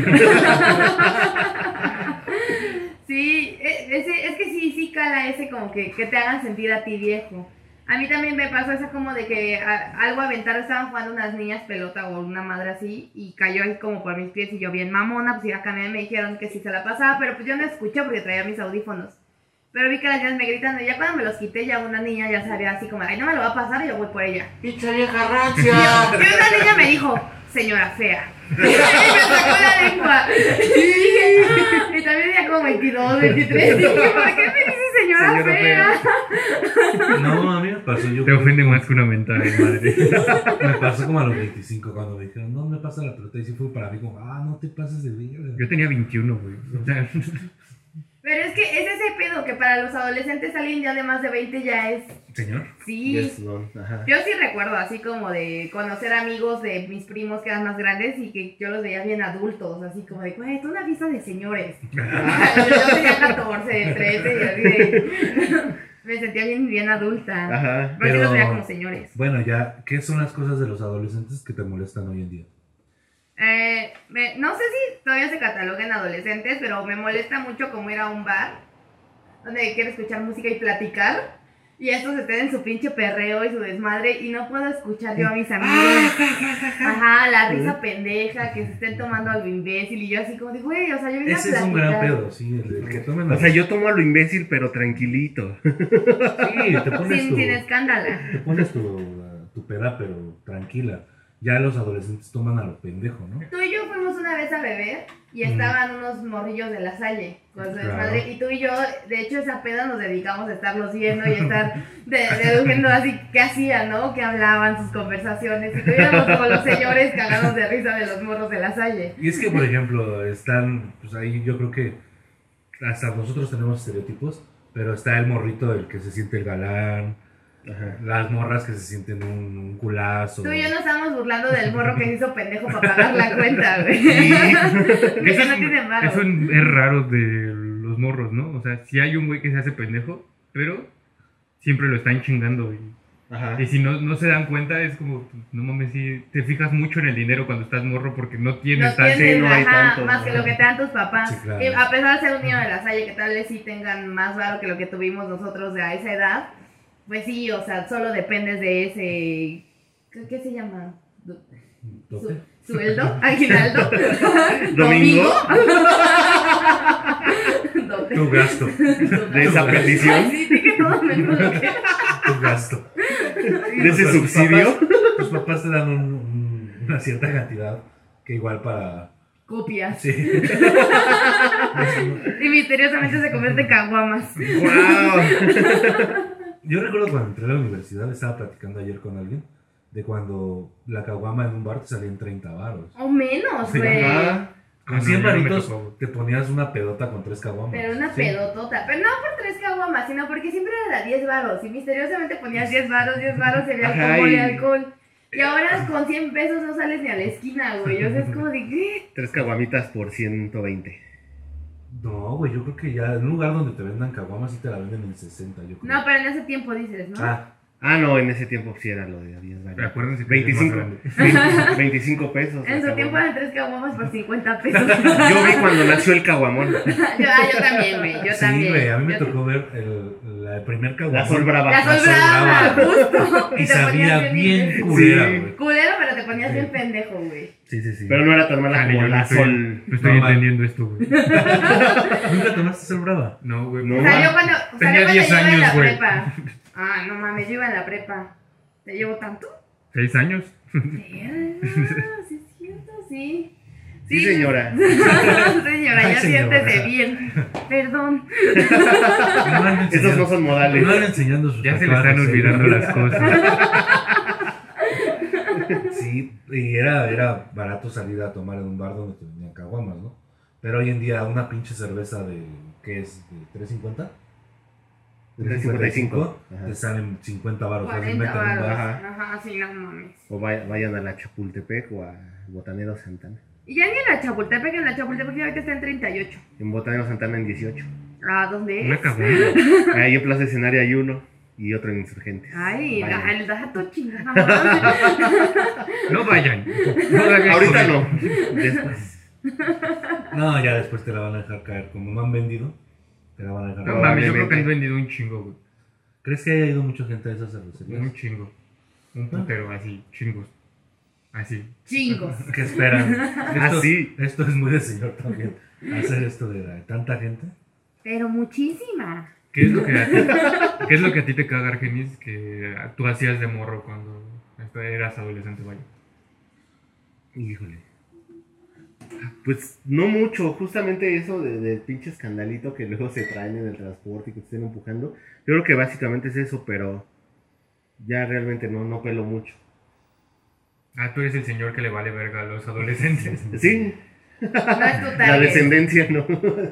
Sí, es que sí cala ese como que te hagan sentir a ti viejo. A mí también me pasó esa como de que algo aventado, estaban jugando unas niñas pelota o una madre así y cayó ahí como por mis pies y yo bien mamona, pues iba a cambiar y me dijeron que sí se la pasaba, pero pues yo no escuché porque traía mis audífonos. Pero vi que las niñas me gritan y ya cuando me los quité ya una niña ya sabía así como, ay no me lo va a pasar y yo voy por ella. ¡Pinche vieja Y rancia! una niña me dijo, señora fea. Y me sacó la lengua. Y dije, y también tenía como 22, 23. Y dije, ¿por qué me dices señora, Señora fea? No, a mí me pasó. Yo Te ofende más que una mentada de madre. Me pasó como a los 25 cuando me dijeron, no me pasa la pelota. Y sí fue para mí como, no te pases de vida. Yo tenía 21, güey. O sea, Pero es que es ese pedo que para los adolescentes alguien ya de más de 20 ya es. Señor. Sí. Yes, no, ajá. Yo sí recuerdo así como de conocer amigos de mis primos que eran más grandes y que yo los veía bien adultos, así como de, güey, es una fiesta de señores. Yo tenía 14, 13 y así de... Me sentía bien adulta. Ajá. Pero sí los veía como señores. Bueno, ya, ¿qué son las cosas de los adolescentes que te molestan hoy en día? No sé si todavía se catalogan adolescentes, pero me molesta mucho como ir a un bar donde quiero escuchar música y platicar y estos estén en su pinche perreo y su desmadre y no puedo escuchar yo a mis amigos. Ajá, la risa pendeja, que se estén tomando algo imbécil y yo así como de, güey, o sea, yo vine a Ese platicar. es un gran pedo, sí, el que tomen O sea, yo tomo a lo imbécil, pero tranquilito. Sí, te pones Sin escándalo. te pones tu peda, pero tranquila. Ya los adolescentes toman a lo pendejo, ¿no? Tú y yo fuimos una vez a beber y estaban unos morrillos de La Salle con su desmadre, Claro. y tú y yo, de hecho esa peda nos dedicamos a estarlos viendo y estar deduciendo así qué hacían, ¿no? Qué hablaban, sus conversaciones, y tuviéramos como los señores cagados de risa de los morros de La Salle. Y es que, por ejemplo, están, pues ahí yo creo que hasta nosotros tenemos estereotipos, pero está el morrito del que se siente el galán, Ajá. las morras que se sienten un culazo. Tú y yo nos estábamos burlando del morro que se hizo pendejo para pagar la cuenta, güey. De que no tiene varo. eso es raro de los morros, ¿no? O sea, si hay un güey que se hace pendejo, pero siempre lo están chingando, güey. Ajá. Y si no se dan cuenta, es como, no mames, si te fijas mucho en el dinero cuando estás morro porque no No tienes tienes, no hay ajá, tanto, más ¿no? que lo que te dan tus papás. Sí, claro. Y a pesar de ser un niño de La Salle, que tal vez sí tengan más varo que lo que tuvimos nosotros a esa edad, pues sí, o sea, solo dependes de ese... ¿Qué se llama? ¿Tope? ¿Sueldo? ¿Aguinaldo? ¿Domingo? ¿Dote? Tu gasto, De esa Ay, petición, sí, dije todo menos lo que... tu gasto. de ese Tus subsidio. Tus papás te dan una cierta cantidad que igual para... Copias. Sí. Y misteriosamente se convierte en caguamas. ¡Wow! Yo recuerdo cuando entré a la universidad, estaba platicando ayer con alguien, de cuando la caguama en un bar te salía en 30 varos. O menos, Sí, güey. Ajá. Con Ah, 100 no, ya no me varitos tocó. te ponías una pedota con 3 caguamas. Pero una Sí. pedotota. Pero no por 3 caguamas, sino porque siempre era 10 varos. Y misteriosamente ponías 10 varos y había Ajá, alcohol y y- alcohol. Y ahora con 100 pesos no sales ni a la esquina, güey. O sea, es como de, ¿qué? 3 caguamitas por 120. No, güey, yo creo que ya en un lugar donde te vendan caguamas sí te la venden en 60, yo creo. No, pero en ese tiempo dices, ¿no? No, en ese tiempo sí era lo de 10 baños. Acuérdense que 25, es más grande. 25 pesos. En su la tiempo caguama. eran 3 caguamas por 50 pesos. Yo vi cuando nació el caguamón. yo también, güey. Yo Sí, también. güey, a mí me Yo tocó ver el primer caguamón. La Sol Brava. La La Sol Sol Brava, Brava. justo. Y te ponías sabía bien culera, Sí. güey. Culero, pero te ponías bien pendejo, güey. Sí. Pero no era tan mala Chale, como yo la no estoy, Sol. no estoy Normal. entendiendo esto, güey. ¿Nunca tomaste Sol Brava? No, güey. No. Salió cuando Tenía yo 10 iba en años, la güey. prepa. Ah, no mames, yo iba en la prepa. ¿Te llevo tanto? 6 años. Sí, es cierto, sí. Sí, señora. Señora, Ay, ya señora. siéntese bien. Perdón. No ando Esos enseñando- no son modales. No ando enseñando sus Ya se le están tatuajes, olvidando las cosas. Sí, y era barato salir a tomar en un bar donde te vendían caguamas, ¿no? Pero hoy en día una pinche cerveza de, ¿qué es? ¿De 3.50? De 3.55. Te salen 50 baros. 40 baros. Ajá. Ajá, sí, no mames. O vayan a la Chapultepec o a Botanero Santana. Y ya ni en la Chapultepec, ya ahorita está en 38. En Botanero Santana en 18. ¿A dónde Una es? caguama. Ahí en Plaza Escenario hay uno y otro en Insurgentes. Ay, Vayan. el dato chingado. No vayan. No hagan Ahorita eso. no. Después. No, ya después te la van a dejar caer. Como no han vendido, te la van a dejar No caer. mames, yo creo que han Probablemente. vendido un chingo, güey. ¿Crees que haya ido mucha gente a esas cervecerías? Un chingo. Un putero, así, chingos. Así. Chingos. ¿Qué esperan? Esto, sí. esto es muy de señor también. Hacer esto de tanta gente. Pero muchísima. ¿Qué es lo que a ti te caga, Argenis, que tú hacías de morro cuando eras adolescente, vaya? Híjole. Pues no mucho, justamente eso de pinche escandalito que luego se traen en el transporte y que te estén empujando. Yo creo que básicamente es eso, pero ya realmente no pelo mucho. Ah, tú eres el señor que le vale verga a los adolescentes. Sí, No es tu la target. descendencia no.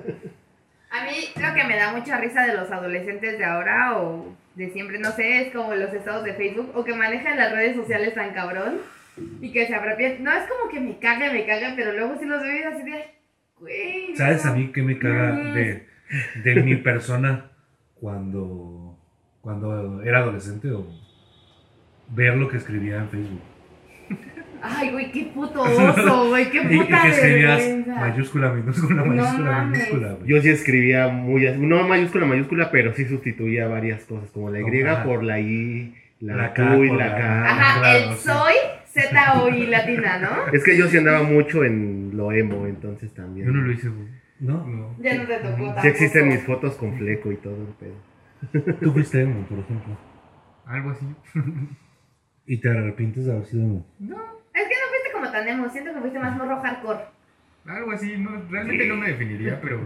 A mí lo que me da mucha risa de los adolescentes de ahora o de siempre, no sé, es como los estados de Facebook o que manejan las redes sociales tan cabrón y que se apropian. No es como que me caga, pero luego si los veo así de, güey. ¿Sabes no. a mí qué me caga de mi persona cuando era adolescente o ver lo que escribía en Facebook? Ay, güey, qué puto oso, güey, qué Y puta que escribías vergüenza. mayúscula, minúscula, No mayúscula, mames. minúscula, güey. Yo sí escribía no mayúscula, pero sí sustituía varias cosas, como la Y Ajá. por la I, la K Q y por la la- K. Ajá, claro, el sí. soy, Z-O-I latina, ¿no? Es que yo sí andaba mucho en lo emo, entonces también. Yo no lo hice, güey. ¿No? No. Ya no te tocó tampoco. Sí existen mis fotos con fleco y todo el pedo. Tú fuiste emo, por ejemplo. Algo así. Y te arrepientes de haber sido emo. Es que no fuiste como tan emo, siento que fuiste más morro hardcore. Algo así, no, realmente no me definiría, pero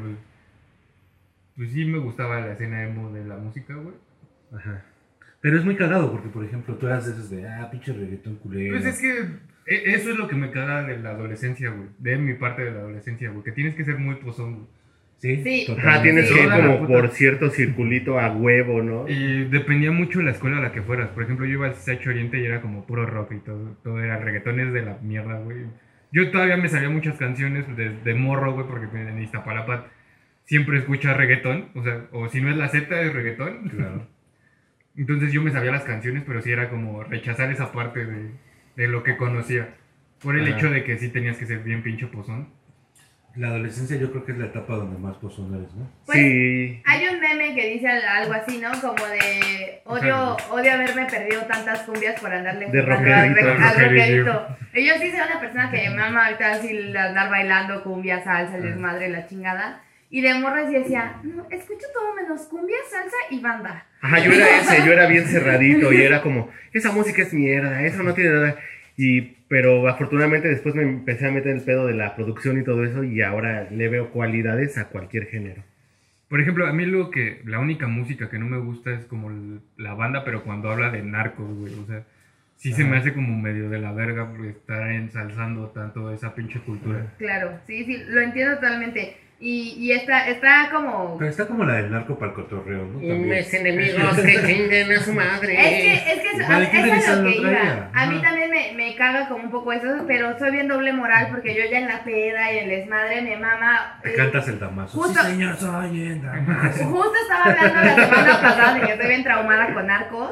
pues sí me gustaba la escena emo de la música, güey. Ajá. Pero es muy cagado porque, por ejemplo, tú eras de esos de, pinche reggaetón culero. Pues es que eso es lo que me caga de la adolescencia, güey. De mi parte de la adolescencia, güey. Que tienes que ser muy pozón, güey. Sí, Sí. totalmente. Ajá, tienes Sí. que ir Toda la como puta- por cierto circulito a huevo, ¿no? Y dependía mucho de la escuela a la que fueras. Por ejemplo, yo iba al Sacho Oriente y era como puro rock y todo era reggaetones de la mierda, güey. Yo todavía me sabía muchas canciones de morro, güey, porque en Iztapalapa siempre escucha reggaetón. O sea, o si no es la Z, es reggaetón. Claro. Entonces yo me sabía las canciones, pero sí era como rechazar esa parte de lo que conocía. Por el Ajá. hecho de que sí tenías que ser bien pinche pozón. La adolescencia yo creo que es la etapa donde más pozón eres, ¿no? Pues, Sí. Hay un meme que dice algo así, ¿no? Como de odio haberme perdido tantas cumbias por andarle De empujando al rockerito. al rockerito. Y yo sí soy una persona que mama ahorita así andar bailando cumbia, salsa, el desmadre, la chingada. Y de morra sí decía, no, escucho todo menos cumbia, salsa y banda. Ajá, yo era bien cerradito y era como, esa música es mierda, eso no tiene nada. Pero afortunadamente después me empecé a meter en el pedo de la producción y todo eso y ahora le veo cualidades a cualquier género. Por ejemplo, a mí la única música que no me gusta es como la banda, pero cuando habla de narcos, güey. O sea, sí se me hace como medio de la verga por estar ensalzando tanto esa pinche cultura. Claro, sí, lo entiendo totalmente. Y está como... Pero está como la del narco para el cotorreo, ¿no? También. Mis enemigos que chinguen a su madre. Es que Igual, ¿qué eso es risa lo lo que traía? iba. A mí Ajá. también me caga como un poco eso, pero soy bien doble moral porque yo ya en la peda y en el desmadre me mama. Te cantas el Damaso. Justo- Sí, señor, soy el Damaso. Justo estaba hablando la semana pasada de que estoy bien traumada con Narcos.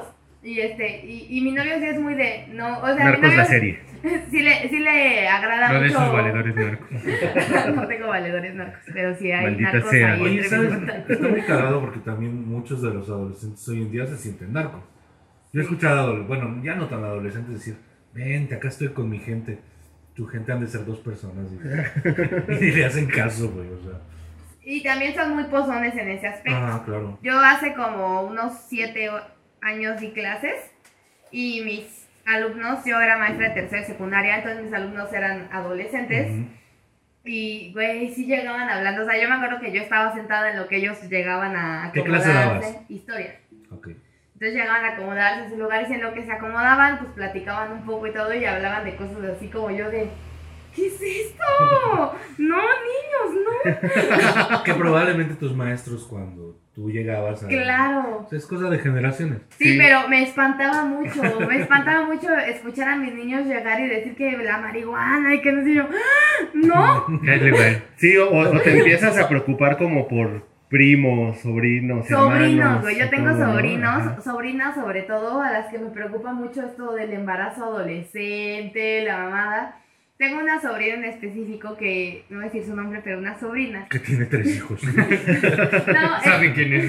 Y mi novio sí es muy de. No, o sea, mi Narcos novio la serie. sí le agrada No de mucho. esos valedores narcos. No tengo valedores narcos, pero sí hay Maldita narcos sea. ahí. Oye, entre ¿sabes? mis contactos. Está muy cagado porque también muchos de los adolescentes hoy en día se sienten narcos. Yo he escuchado, bueno, ya no tan adolescentes decir, vente, acá estoy con mi gente. Tu gente han de ser 2 personas. Y le hacen caso, güey, o sea. Y también son muy pozones en ese aspecto. Ah, claro. Yo hace como unos 7 años di clases y mis alumnos, yo era maestra de tercera y secundaria, entonces mis alumnos eran adolescentes. Ujú. Y, güey, sí llegaban hablando. O sea, yo me acuerdo que yo estaba sentada en lo que ellos llegaban a ¿Qué clase acomodarse. dabas? Historia. Ok. Entonces llegaban a acomodarse en sus lugares y en lo que se acomodaban, pues platicaban un poco y todo y hablaban de cosas así como yo de... ¿Qué es esto? No, niños, no. Que probablemente tus maestros cuando tú llegabas a... Claro. O sea, es cosa de generaciones. Sí, pero me espantaba mucho escuchar a mis niños llegar y decir que la marihuana y que no sé yo. ¡Ah! ¿No? Cállate, güey. Sí, o te empiezas a preocupar como por primos, sobrinos, Sobrinos, hermanos, güey, yo y tengo todo, ¿no? sobrinos, Ajá. sobrinas sobre todo, a las que me preocupa mucho esto del embarazo adolescente, la mamada. Tengo una sobrina en específico que, no voy a decir su nombre, pero una sobrina. Que tiene 3 hijos. No, ¿Saben quién es?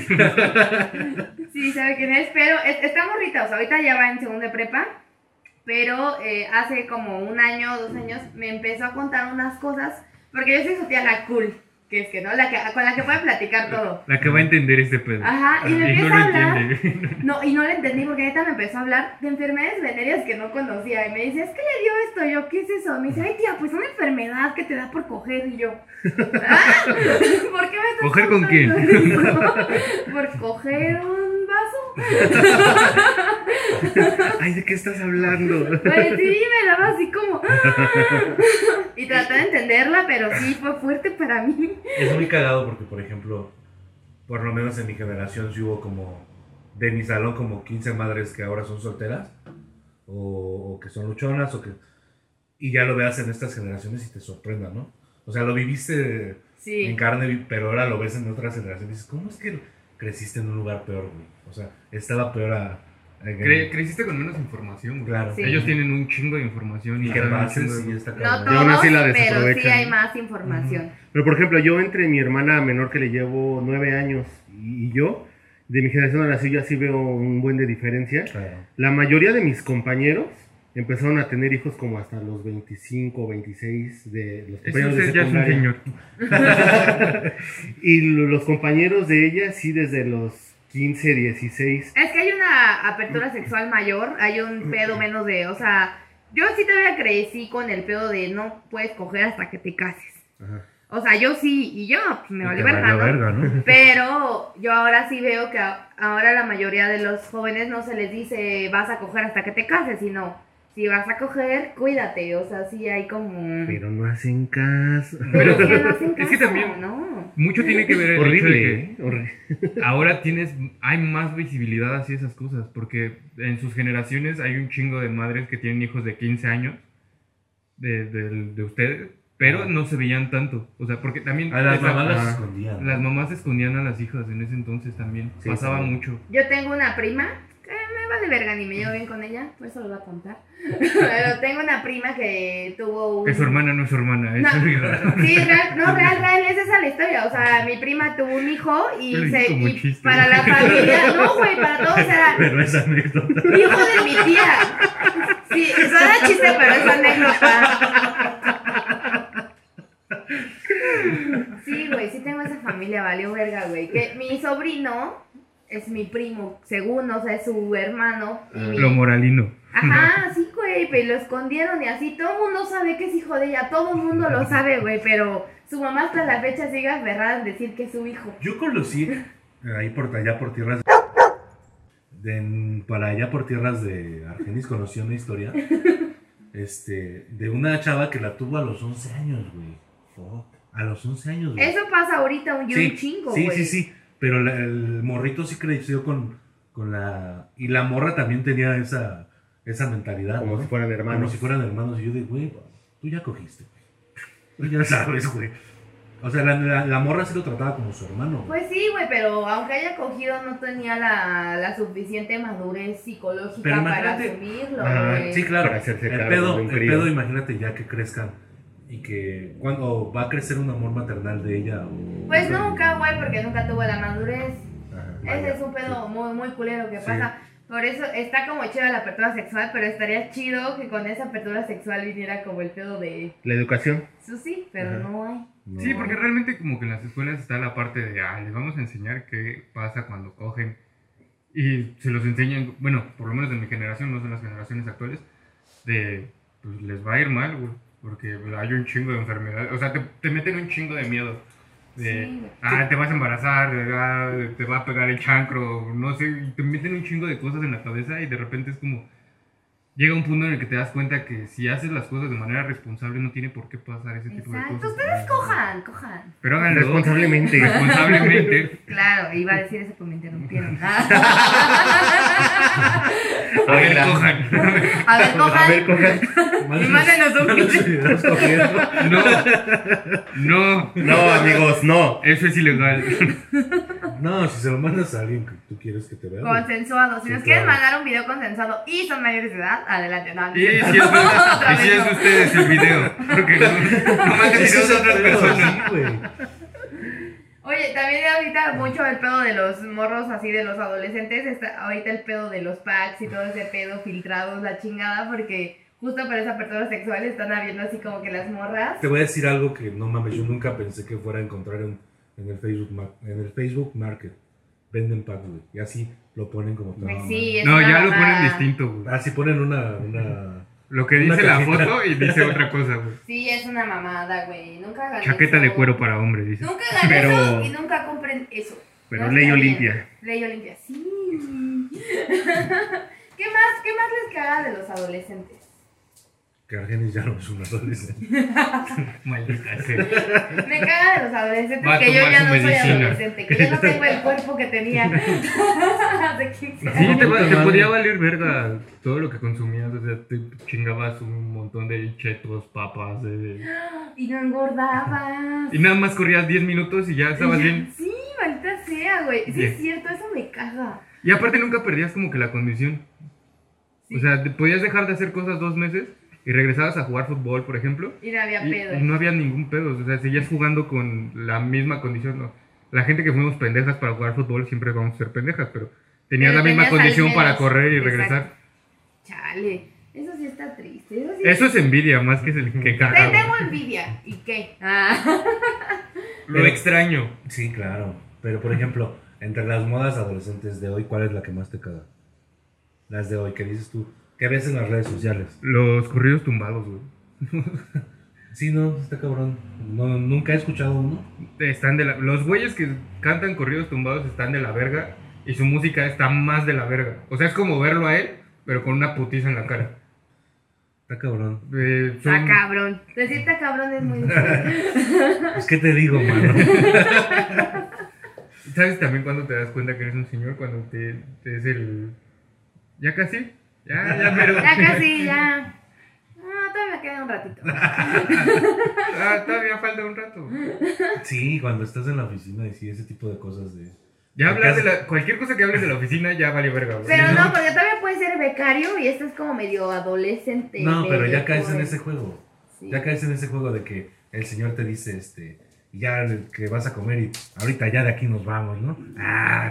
sí, sabe quién es, pero está morrita, o sea, ahorita ya va en segundo de prepa, pero hace como 1 año o 2 años me empezó a contar unas cosas, porque yo soy su tía la cool, que es que, ¿no? Con la que puede platicar todo. La que va a entender este pedo. Ajá, y me Y no empieza lo a hablar. entiende. No, y no le entendí porque neta me empezó a hablar de enfermedades venéreas que no conocía. Y me dice, es que le dio esto. Y yo, ¿qué es eso? Me dice, ay tía, pues una enfermedad que te da por coger. Y yo, ¿ah? ¿Por qué me estás ¿Coger con contando quién? eso? ¿Por coger un vaso? Ay, ¿de qué estás hablando? Pues sí, me daba así como... Y traté de entenderla, pero sí, fue fuerte para mí. Es muy cagado porque, por ejemplo, por lo menos en mi generación sí hubo como, de mi salón, como 15 madres que ahora son solteras o que son luchonas y ya lo veas en estas generaciones y te sorprenda, ¿no? O sea, lo viviste Sí. en carne, pero ahora lo ves en otras generaciones y dices, ¿cómo es que creciste en un lugar peor, güey? O sea, estaba peor a Creciste con menos información, güey. Claro. Sí. Ellos tienen un chingo de información y que saben un pases chingo de- y está No cabrón. Y aún todos, así la pero sí desaprovechan. hay más información. Pero por ejemplo, yo entre mi hermana menor que le llevo 9 años y yo, de mi generación a la suya sí veo un buen de diferencia. Claro. La mayoría de mis compañeros empezaron a tener hijos como hasta los 25 o 26 de los Ese compañeros de usted ya es un secundaria. señor. Y los compañeros de ella sí desde los 15, 16. Es que hay una apertura sexual mayor, hay un pedo menos de, o sea, yo sí todavía crecí con el pedo de no puedes coger hasta que te cases. Ajá. O sea, yo sí, y yo pues, me Y vale te verga, valió ¿no? verga, ¿no? Pero yo ahora sí veo que ahora la mayoría de los jóvenes no se les dice vas a coger hasta que te cases, sino si vas a coger, cuídate. O sea, sí hay como... Pero no hacen caso. Pero es que no hacen Es que caso, también- ¿no? Mucho tiene que ver el hecho de Horrible, que ¿eh? Horrible. ahora hay más visibilidad hacia esas cosas, porque en sus generaciones hay un chingo de madres que tienen hijos de 15 años de ustedes, pero no se veían tanto, o sea, porque también A las esa- mamás las ajá, escondían. las mamás escondían a las hijas en ese entonces también, Sí, pasaba sí. mucho. Yo tengo una prima, que me vale verga ni me llevo bien con ella, por eso lo voy a contar. Pero tengo una prima que tuvo un... Que su hermana no es su hermana, es No. su hija. Sí, real, es esa la historia. O sea, mi prima tuvo un hijo y, Yo lo dije como y chiste. para la familia, no, güey, para todos era Pero esa anécdota. hijo de mi tía. Sí, suena chiste, pero es anécdota. Sí, güey, sí tengo esa familia, valió verga, güey. Que mi sobrino es mi primo, según, o sea, es su hermano. Y mi- Lo moralino. Ajá, sí, güey, pero lo escondieron y así. Todo el mundo sabe que es hijo de ella, todo el mundo lo sabe, güey, pero su mamá hasta la fecha sigue aferrada en decir que es su hijo. Yo conocí ahí por allá por tierras para allá por tierras de Argenis conocí una historia de una chava que la tuvo a los 11 años, güey. Fuck. A los 11 años, güey. Eso pasa ahorita un chingo, güey. Sí. Pero el morrito sí creció con la... Y la morra también tenía esa mentalidad, Como ¿no? si fueran hermanos. Como si fueran hermanos. Y yo digo, güey, tú ya cogiste, güey. Tú ya sabes, güey. O sea, la morra sí lo trataba como su hermano, güey. Pues sí, güey, pero aunque haya cogido, no tenía la suficiente madurez psicológica Pero para imagínate- asumirlo, Ajá, güey. Sí, claro. Para hacerse El cargo pedo, de un el crío. pedo, imagínate ya que crezcan y que cuando va a crecer un amor maternal de ella. Pues nunca, güey, porque nunca tuvo la madurez. Ajá. Ese es un pedo muy, muy culero que Sí. pasa. Por eso está como chida la apertura sexual, pero estaría chido que con esa apertura sexual viniera como el pedo de La educación. sí, pero Ajá. no hay. No. Sí, porque realmente como que en las escuelas está la parte de, les vamos a enseñar qué pasa cuando cogen. Y se los enseñan, bueno, por lo menos de mi generación, no son las generaciones actuales, de, pues les va a ir mal, güey, porque hay un chingo de enfermedades, o sea, te meten un chingo de miedo. De, Sí, güey. te vas a embarazar, te va a pegar el chancro, no sé, y te meten un chingo de cosas en la cabeza y de repente es como, llega un punto en el que te das cuenta que si haces las cosas de manera responsable no tiene por qué pasar ese tipo de Exacto, cosas. ustedes cojan. Pero háganlo Responsablemente. responsablemente. Claro, iba a decir eso, pero me interrumpieron. A ver, Oigan. cojan. A ver, A ver, cojan. cojan. Y mándenos un Mándenos video. videos cogiendo. No, No, amigos, no. eso es ilegal. No, si se lo mandas a alguien que tú quieres que te vea. güey. Consensuado. Si Sí, nos quieren claro. mandar un video consensuado y son mayores de edad, adelante. No, no Y es si cierto. Otra vez es no. de ustedes el video. Porque no manden Ese videos es de el otras pedo, personas. sí, güey. Oye, también ahorita mucho el pedo de los morros así, de los adolescentes, está ahorita el pedo de los packs y todo ese pedo filtrados, la chingada, porque justo para esa apertura sexual están habiendo así como que las morras. Te voy a decir algo que no mames, yo nunca pensé que fuera a encontrar en el Facebook Market. Venden packs, güey. Y así lo ponen como tal. Pues sí, es No, una ya lo mamada. ponen distinto, güey. Así ponen una Lo que Una dice la cajita. foto y dice otra cosa, güey. Sí, es una mamada, güey. Nunca hagan Chaqueta eso. de cuero para hombre, dice. Nunca hagan Pero- eso y nunca compren eso. Pero No ley está bien. Olimpia. Ley Olimpia, sí. ¿Qué más les caga de los adolescentes? que Argenis ya no es un adolescente. Maldita sea. Me caga de los adolescentes Va a que yo tomar ya su no soy medicina. adolescente, que ya no tengo el cuerpo que tenía hace 15 Sí, años. te podía valer verga todo lo que consumías, o sea, te chingabas un montón de chetos, papas, Y no engordaba. y nada más corrías 10 minutos y ya estabas bien. Sí, maldita sea, güey. Sí, Bien. es cierto, eso me caga. Y aparte nunca perdías como que la condición. O sea, podías dejar de hacer cosas 2 meses y regresabas a jugar fútbol, por ejemplo, Y no había y pedo. no había ningún pedo, o sea, seguías jugando con la misma condición, ¿no? La gente que fuimos pendejas para jugar fútbol siempre vamos a ser pendejas, pero tenías Pero la misma tenías al condición para menos- correr y exacto. regresar. Chale, eso sí está triste. Eso sí. Eso es envidia más que es el que caga. güey. Tengo envidia. ¿Y qué? Ah. Lo extraño. Sí, claro. Pero por ejemplo, entre las modas adolescentes de hoy, ¿cuál es la que más te caga? Las de hoy, ¿qué dices tú? ¿Qué ves en las redes sociales? Los corridos tumbados, güey. Sí, no, está cabrón. No, nunca he escuchado uno. Están de la... Los güeyes que cantan corridos tumbados están de la verga y su música está más de la verga. O sea, es como verlo a él, pero con una putiza en la cara. Está cabrón. Está cabrón. Decirte cabrón es muy difícil. Pues, ¿qué te digo, mano? ¿Sabes también cuando te das cuenta que eres un señor? Cuando te es el... ¿Ya casi? Ya mero. Ya casi, ya. No, todavía me queda un ratito. Todavía falta un rato. Sí, cuando estás en la oficina y sí, ese tipo de cosas de... Ya hablas de la... Cualquier cosa que hables de la oficina ya vale verga, güey. Pero no, porque todavía puedes ser becario y esto es como medio adolescente. No, pero medio ya caes en joven. ese juego. Sí. Ya caes en ese juego de que el señor te dice, ya que vas a comer y ahorita ya de aquí nos vamos, ¿no? Ah,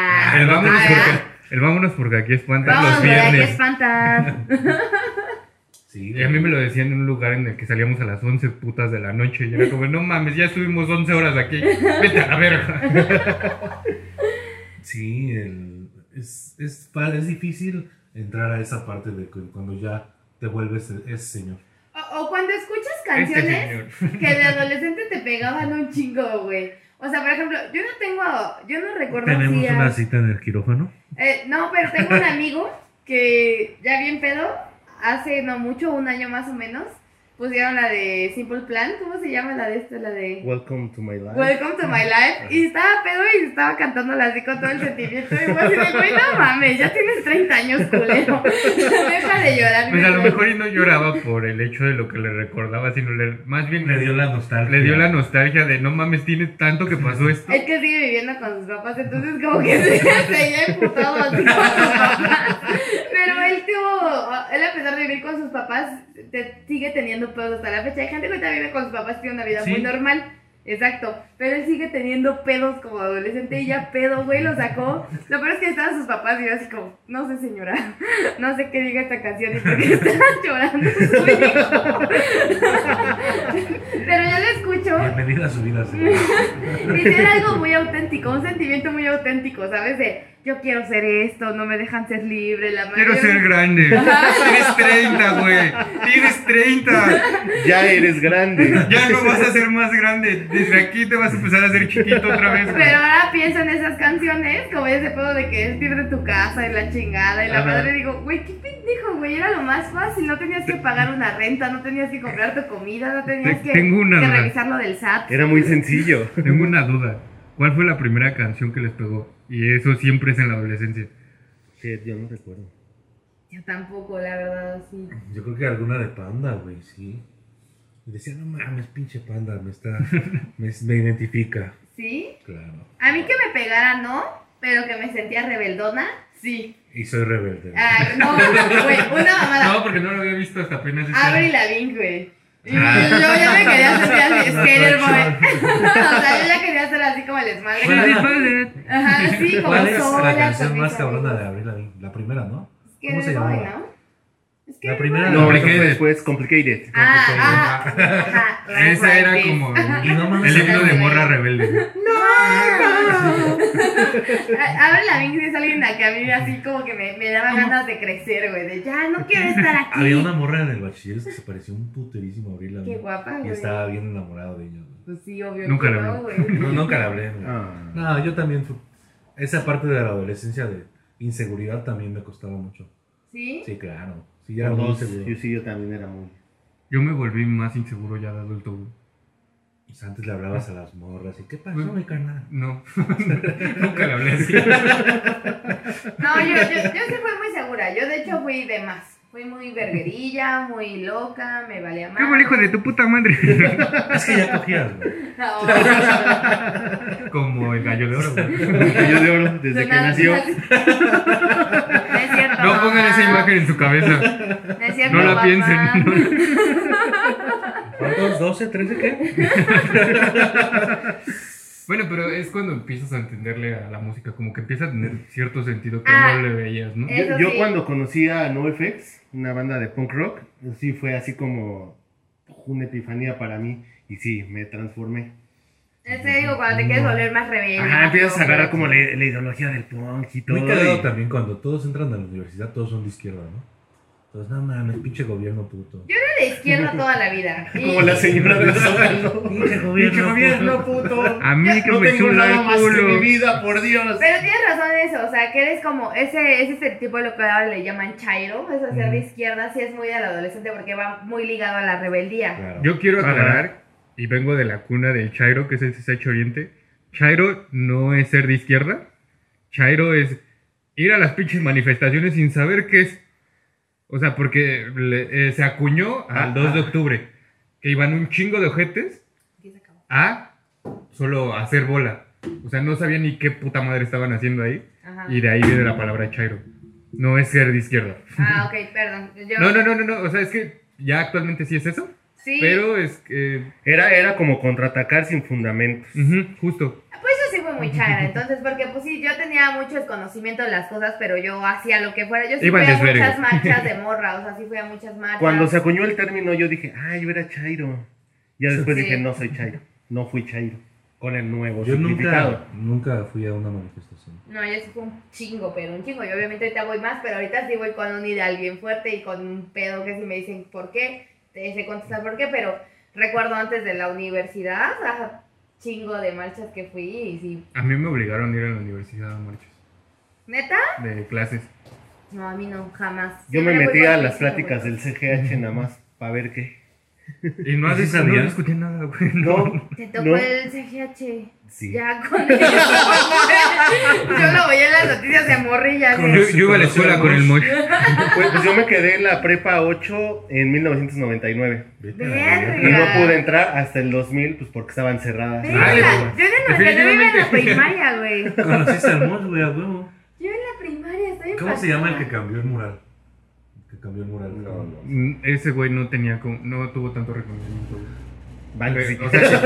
El vámonos porque aquí espantan vamos, los güey, aquí viernes. espantan. Sí, Y a mí me lo decían en un lugar en el que salíamos a las 11 putas de la noche. Y era como, no mames, ya estuvimos 11 horas aquí. Vete a la verga. Sí, es difícil entrar a esa parte de cuando ya te vuelves ese señor. O cuando escuchas Este canciones señor. que de adolescente te pegaban un chingo, güey. O sea, por ejemplo, yo no recuerdo Tenemos si una cita en el quirófano. no, pero tengo un amigo que ya bien pedo, hace no mucho, un año más o menos, pusieron la de Simple Plan, ¿cómo se llama la de esta? La de Welcome to my life. Welcome to my life. Y estaba pedo y estaba cantándola así con todo el sentimiento. Y fue así de, güey, no mames, ya tienes 30 años, culero. Deja de llorar. Pues a lo mejor y no lloraba por el hecho de lo que le recordaba, sino más bien Le dio la nostalgia. le dio la nostalgia de no mames, tiene tanto que pasó esto. Es que sigue viviendo con sus papás, entonces como que se emputado así con sus papás. Pero él a pesar de vivir con sus papás, sigue teniendo pedos hasta la fecha. Hay gente que ahorita vive con sus papás, tiene una vida Sí. muy normal. Exacto, pero él sigue teniendo pedos como adolescente y ya pedo, güey, lo sacó. Lo peor es que estaban sus papás y yo así como, no sé señora, no sé qué diga esta canción y por qué está llorando su hijo. Pero yo lo escucho Bienvenida a su vida, señor. y tiene algo muy auténtico, un sentimiento muy auténtico, ¿sabes? De, yo quiero ser esto, no me dejan ser libre, la madre. Quiero ser grande. Tienes 30, güey. Tienes 30. Ya eres grande. Ya no vas a ser más grande. Desde aquí te vas a empezar a hacer chiquito otra vez, güey. Pero ahora pienso en esas canciones, como ese pedo de que es pierde tu casa y la chingada. Y la Ajá. madre digo, güey, qué pendejo, güey, era lo más fácil. No tenías que pagar una renta, no tenías que comprar tu comida, no tenías que Tengo una duda. revisar lo del SAT. Era muy sencillo. Tengo una duda. ¿Cuál fue la primera canción que les pegó? Y eso siempre es en la adolescencia. Sí, yo no recuerdo. Yo tampoco, la verdad, sí. Yo creo que alguna de Panda, güey, sí. Y decía, no mames, pinche Panda, me identifica. ¿Sí? Claro. A mí que me pegara, no, pero que me sentía rebeldona, sí. Y soy rebelde. Ah, no, güey, una mamada. No, porque no lo había visto hasta apenas ese Avril año. Lavigne, güey. Y yo ya me quería sentir así, skater boy. O sea, yo ya quería ser así como el desmadre. Ajá, sí, como ¿Cuál es sola. la con canción mis más cabrona amigos. de Avril Lavigne? La primera, ¿no? Skater ¿Cómo se boy, llamaba? ¿no? Skater La primera. boy. No, eso Complicated. fue después, Complicated. Ajá. Esa era como Y no mames, el himno de morra rebelde. Avril Lavigne es alguien a que a mí así como que me daba ganas de crecer, güey. De ya, no quiero estar aquí. Había una morra en el bachiller que se pareció un puterísimo a Avril Lavigne. Qué guapa, Y güey. estaba bien enamorado de ella, güey. Pues sí, obvio. Nunca que la no, vi. güey. No, nunca la hablé, güey. Ah. No, yo también. Esa parte de la adolescencia de inseguridad también me costaba mucho. ¿Sí? Sí, claro. Sí, ya era Por muy dos, inseguro. yo también era muy. Yo me volví más inseguro ya de adulto, güey. Pues antes le hablabas a las morras y ¿qué pasó, mi carnal? No, nunca le hablé así. No, yo sí fui muy segura. Yo de hecho fui de más. Fui muy verguerilla, muy loca, me valía más. ¿Qué mal hijo de tu puta madre? Es que ya cogías, güey. No, Como el gallo de oro, güey. Yo de oro, desde que nació. No es cierto. No pongan esa imagen en su cabeza. No es cierto, No la papá. piensen. ¿Cuántos? ¿12, 13 qué? Bueno, pero es cuando empiezas a entenderle a la música, como que empieza a tener cierto sentido que Ah, no le veías, ¿no? Eso Yo sí. cuando conocí a NoFX, una banda de punk rock, sí fue así como una epifanía para mí. Y sí, me transformé. Te digo, cuando te quieres volver más rebelde. Ajá, más empiezas a loco. agarrar como la ideología del punk y todo. Muy cagado y- también cuando todos entran a la universidad, todos son de izquierda, ¿no? Entonces, no mames, pinche gobierno puto. Yo era de izquierda toda la vida. Y- Como la señora del Zócalo. Pinche Pinche gobierno, puto. A mí que No me tengo chula nada el más que mi culo. vida, por Dios. Pero tienes razón en eso, o sea, que eres como, ese es el tipo de lo que ahora le llaman chairo, eso ser de izquierda, sí es muy del adolescente porque va muy ligado a la rebeldía. Claro. Yo quiero Ajá. aclarar, y vengo de la cuna del Chairo, que es el CCH Oriente. Chairo no es ser de izquierda. Chairo es ir a las pinches manifestaciones sin saber qué es. O sea, porque se acuñó al 2 de octubre, que iban un chingo de ojetes a solo hacer bola. O sea, no sabían ni qué puta madre estaban haciendo ahí. Ajá. Y de ahí viene la palabra Chairo. No es ser de izquierda. Ah, ok, perdón. Yo, No. O sea, es que ya actualmente sí es eso. Sí, Pero es que... Era como contraatacar sin fundamentos. justo. pues yo sí fui muy chaira, entonces, porque pues sí, yo tenía mucho desconocimiento de las cosas, pero yo hacía lo que fuera. Yo sí Iba fui al a desvergue. muchas marchas de morra, o sea, sí fui a muchas marchas. Cuando se acuñó el término, yo dije, yo era Chairo. Ya después Sí. dije, no soy Chairo. No fui Chairo. Con el nuevo Yo significado. nunca fui a una manifestación. No, yo sí fui un chingo, pero un chingo. Y obviamente ahorita voy más, pero ahorita sí voy con un ideal bien fuerte y con un pedo que si me dicen por qué, te sé contestar por qué, pero recuerdo antes de la universidad, chingo de marchas que fui y sí. A mí me obligaron a ir a la universidad a marchas ¿Neta? de clases. No, a mí no, jamás. Yo me Siempre fui metí a con las mi pláticas chingo, del CGH nada más para ver qué. Y no, ¿Sí no sabía? escuché nada, güey. No, Te tocó no. el CGH. Sí. Ya con eso. Yo lo veía en las noticias de morrilla. Con- Yo iba a la escuela con el moch. Pues yo me quedé en la prepa 8 en 1999. Vete a la Verga. Y no pude entrar hasta el 2000, pues porque estaban cerradas. Verga, Ay, yo en el 99 iba en la primaria, güey. verga. Conociste al Mosh, güey, a huevo. Yo en la primaria estoy ¿Cómo se llama el que cambió el mural? El que cambió el mural. Ese güey no tenía no tuvo tanto reconocimiento, güey. Banksy. O sea,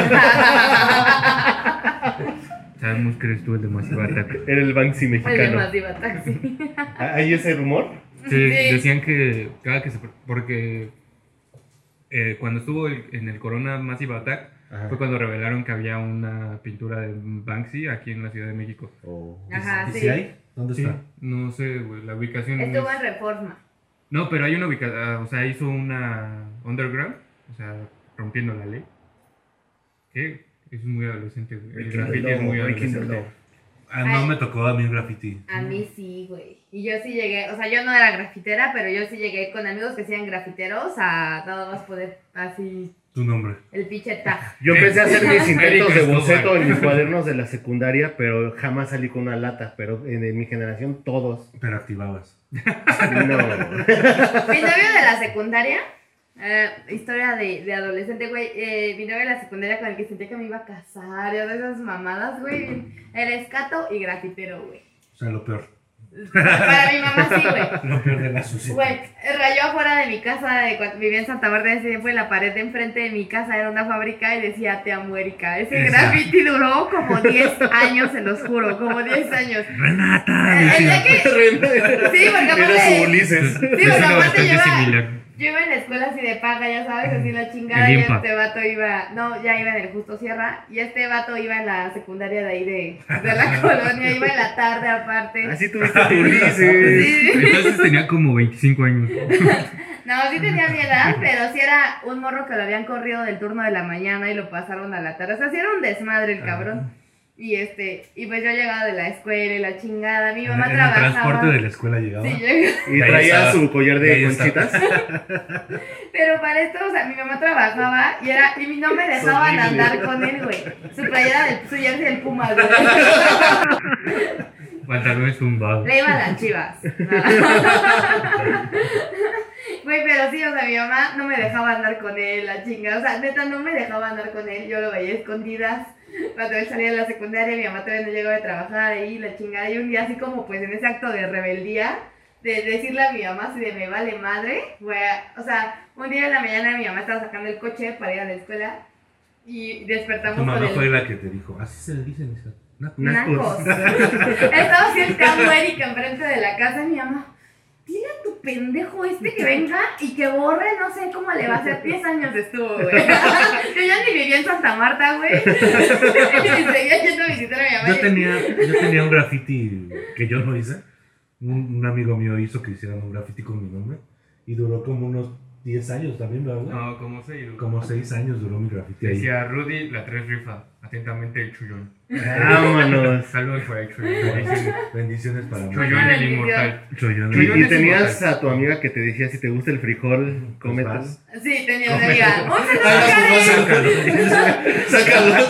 sabemos que eres tú el de Massive Attack. Era el Banksy Oye, mexicano. más iba taxi. ¿Hay ese rumor? Sí, Sí. decían que cada que se... Porque cuando estuvo en el Corona Massive Attack Ajá. fue cuando revelaron que había una pintura de Banksy aquí en la Ciudad de México. Ajá, ¿Y sí. si hay? ¿Dónde Sí, está? no sé, güey, la ubicación Estuvo es- en Reforma. No, pero hay una ubicación, o sea, hizo una underground, o sea, rompiendo la ley. ¿Qué? Es muy adolescente, güey. El Breaking the graffiti es law, muy breaking the adolescente. law. Ah, no Ay. me tocó a mí el graffiti. A mí sí, güey. Y yo sí llegué, o sea, yo no era grafitera, pero yo sí llegué con amigos que sean grafiteros a nada más poder así Tu nombre. el pinche tag. Yo empecé a hacer mis intentos de Erika boceto Escobar. en mis cuadernos de la secundaria, pero jamás salí con una lata. Pero en mi generación todos. Pero activabas. No. Mi novio de la secundaria, historia de adolescente, güey. Mi novio de la secundaria con el que sentía que me iba a casar, y todas esas mamadas, güey. El escato y grafitero, güey. O sea, lo peor. Para mi mamá sí, güey. Lo peor de la sociedad. Güey, rayó afuera de mi casa, cuando vivía en Santa Marta ese tiempo, en la pared de enfrente de mi casa era una fábrica y decía te amo, Erika. Ese Esa. graffiti duró como 10 años, se los juro, como 10 años. Renata. El decía. día que... Sí, porque Era su aparte... Ulises. Sí, porque Es una aparte bastante similar. yo iba en la escuela así de paga, ya sabes, así la chingada, El y IMPA. este vato iba, no, ya iba en el Justo Sierra, y este vato iba en la secundaria de ahí de la colonia, iba en la tarde aparte. Así tuviste tu Ulises. Sí. Entonces tenía como 25 años. No, sí tenía mi edad, pero sí era un morro que lo habían corrido del turno de la mañana y lo pasaron a la tarde, o sea, sí era un desmadre el cabrón. Y pues yo llegaba de la escuela y la chingada, mi mamá En el trabajaba. transporte de la escuela llegaba. Sí, llegaba. Y Ahí traía está. su collar Ahí de está. conchitas. Pero para esto, o sea, mi mamá trabajaba y no me dejaban Horrible. andar con él, güey. Su playera su jersey del Puma, güey. Pantalones tumbados. Le iban las chivas. Güey, pero sí, o sea, mi mamá no me dejaba andar con él, la chinga. O sea, neta, no me dejaba andar con él. Yo lo veía a escondidas. Cuando él salía de la secundaria, mi mamá todavía no llegaba de trabajar ahí, la chingada. Y un día, así como pues en ese acto de rebeldía, de decirle a mi mamá así de me vale madre, güey. O sea, un día en la mañana mi mamá estaba sacando el coche para ir a la escuela y despertamos Tu mamá con fue el... la que te dijo, así se le dice, hija. Nacos. Estaba así el campo Erika enfrente de la casa y mi mamá, dile a tu pendejo este que venga y que borre, no sé cómo le va a hacer. 10 años estuvo, güey. Yo ya ni vivía en Santa Marta, güey. Y seguía yendo a visitar a mi mamá. Yo tenía un graffiti que yo no hice. Un amigo mío hizo que hicieran un graffiti con mi nombre. Y duró como unos 10 años también, ¿verdad? No, como 6. Como 6 años duró mi graffiti ahí. Decía Rudy, la 3 rifa. Atentamente, el Chullón. Vámonos. Saludos por el Chullón. Bendiciones para mí. Chullón el inmortal. Chollón. Chullón Y es tenías inmortal. a tu amiga que te decía si te gusta el frijol, cómete. vas. Sí, tenía una amiga. ¡Un Sácalo.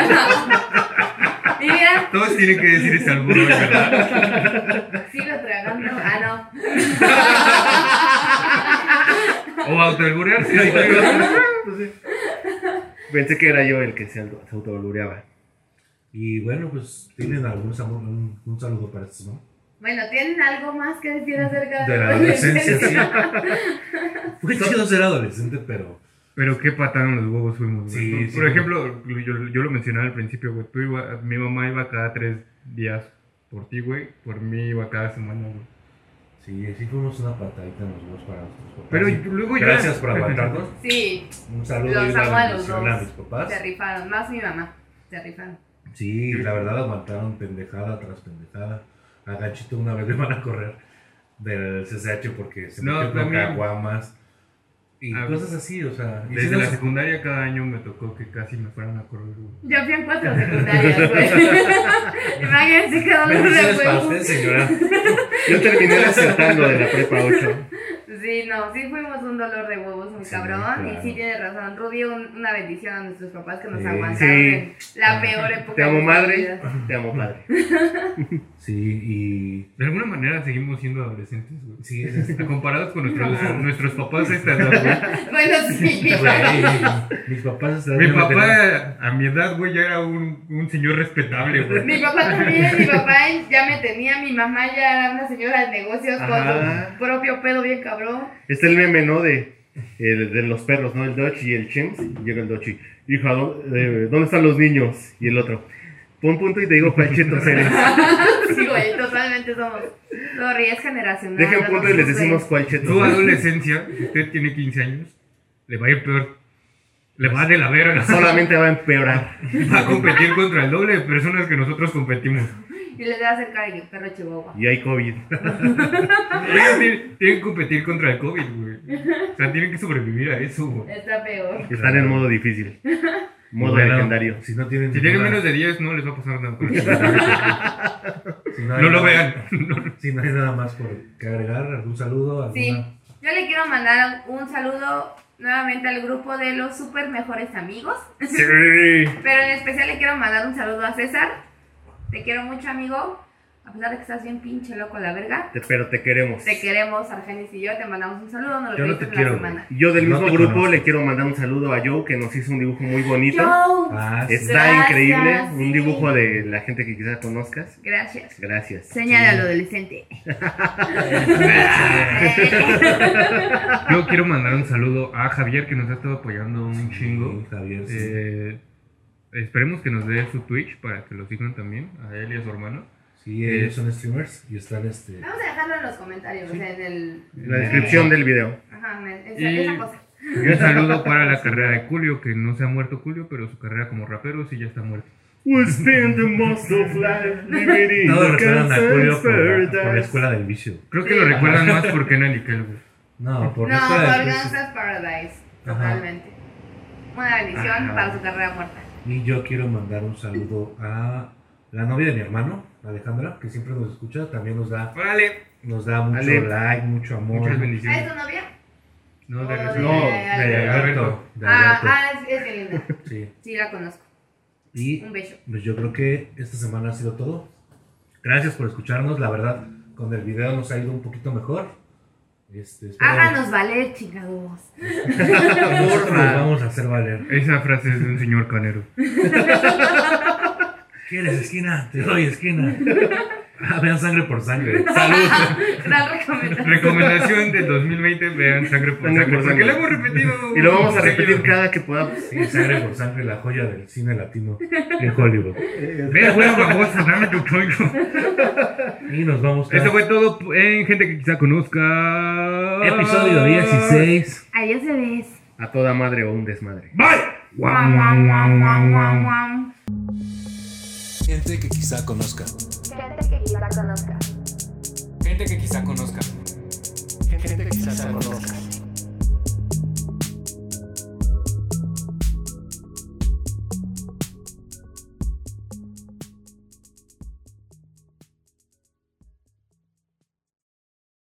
Y mira, Todos tienen que decir ese albur, ¿verdad? sigo tragando. Ah, O autoalburearse. Pensé que era yo el que se autovolureaba. Y bueno, pues tienen un saludo para estos, ¿no? no. Bueno, ¿tienen algo más que decir acerca De la adolescencia, sí. Fue chido ser adolescente, pero Pero qué pataron los huevos fuimos, güey. Sí, sí, Por ejemplo, yo lo mencionaba al principio, güey. Mi mamá iba cada 3 días por ti, güey. Por mí iba cada semana, güey. sí fuimos una patadita en los huevos para nuestros papás. Pero Y luego yo... gracias por aguantarnos. Sí, Un saludo y los una amo a los bendición a dos. mis papás. Se rifaron. Más mi mamá. Se rifaron. Sí, la verdad aguantaron pendejada tras pendejada. A Ganchito una vez le van a correr del CCH porque se No, metió con también. caguamas y Ah, cosas así, o sea. y Desde sí la nos- secundaria cada año me tocó que casi me fueran a correr, güey. Yo fui en 4 secundarias, güey. Imagínense qué dolor de Bendiciones para huevo. usted, señora. Yo terminé acertando de la prepa 8. Sí, Sí, no, sí fuimos un dolor de huevos muy Sí, cabrón. claro. Y sí tiene razón, Rudy, una bendición a nuestros papás que nos Sí. aguantaron Sí. en la peor época. Te amo, de nuestras madre. vidas. Te amo, padre. Sí, y. De alguna manera seguimos siendo adolescentes, güey. Sí, es. Comparados con nuestros papás a esta edad, güey. Bueno, sí. Güey, mis papás están. Mi papá a mi edad, güey, ya era un señor respetable, güey. Mi papá también, mi papá ya me tenía, mi mamá ya era una señora de negocios con Ajá. su propio pedo bien cabrón. Está el meme, ¿no? De los perros, ¿no? El Dutch y el Chems. Y llega el Dutch y, hija, ¿dónde están los niños? Y el otro, pon punto y te digo cuál chetos eres. Sí, güey, totalmente somos. Sorry, es generacional. Deja un punto y les decimos cuál Su chetos eres. adolescencia, si usted tiene 15 años, le va a ir peor. Le va de la verga. Solamente va a empeorar. Va a competir contra el doble de personas que nosotros competimos. Y les voy a hacer cariño, perro chihuahua. Y hay COVID. Ellos tienen que competir contra el COVID, güey. O sea, tienen que sobrevivir a eso, güey. Está peor. Están en modo difícil. Modo Bueno, legendario. Si no tienen. Si tienen ninguna- menos de 10, no les va a pasar nada. si hay No lo nada- vean. Si no hay nada más por que agregar, algún saludo, alguna. Sí, yo le quiero mandar un saludo nuevamente al grupo de los super mejores amigos. Sí. Pero en especial le quiero mandar un saludo a César. Te quiero mucho, amigo. A pesar de que estás bien pinche loco a la verga. Pero te queremos. Te queremos, Argenis y yo. Te mandamos un saludo. Nos lo Yo no pediste te en la quiero, semana. Yo del No mismo te grupo conozco. le quiero mandar un saludo a Joe, que nos hizo un dibujo muy bonito. Joe, Ah, sí. Está Gracias, increíble. sí. Un dibujo de la gente que quizás conozcas. gracias. Gracias. Señala al adolescente. Yo quiero mandar un saludo a Javier, que nos ha estado apoyando un chingo. Sí, Javier, sí. Esperemos que nos dé su Twitch para que lo sigan también, a él y a su hermano. Sí, ellos son streamers y están Vamos a dejarlo en los comentarios, o sea, en el... En la descripción del video. Ajá, Y- esa cosa. Y un saludo para la carrera de Julio, que no se ha muerto Julio, pero su carrera como rapero sí ya está muerta. We spend the most of life living in Todos recuerdan a Julio por la paradise. escuela del vicio. Creo que Sí. lo recuerdan más por Kenan y Kel, güey. No, por la No, escuela por del vicio. Gangsta's Paradise, Ajá. totalmente. Una bendición Ajá. para su carrera muerta. Y yo quiero mandar un saludo a la novia de mi hermano, Alejandra, que siempre nos escucha. También nos da Vale. mucho Ale. like, mucho amor. Muchas ¿Ah, es bendiciones. tu novia? No, de Oh, resto. No, De Alberto. De Ah, Alberto. es bien linda. Sí. Sí, la conozco. Y Un beso. pues yo creo que esta semana ha sido todo. Gracias por escucharnos. La verdad, con el video nos ha ido un poquito mejor. Espero- Háganos valer, chingados. Nosotros nos vamos a hacer valer. Esa frase es de un señor canero. ¿Quieres esquina? Te doy esquina. Ah, vean Sangre por Sangre. Salud. Gran recomendación. Recomendación del 2020, vean Sangre por Sangre Sangre. por Porque Sangre. lo hemos repetido. Y lo vamos a seguido. repetir cada que podamos. Sí, Sangre por Sangre, la joya del cine latino en Hollywood. Ve, bueno, baboso, dame tu choicho. Y nos vamos a Esto fue todo en Gente que quizá conozca. episodio 16. Adiós, bebés. A toda madre o un desmadre. Bye. Guam, guam, guam, guam, guam, guam. Gente que quizá conozca. Gente que quizá conozca. Gente que quizá conozca. Gente que quizás conozca.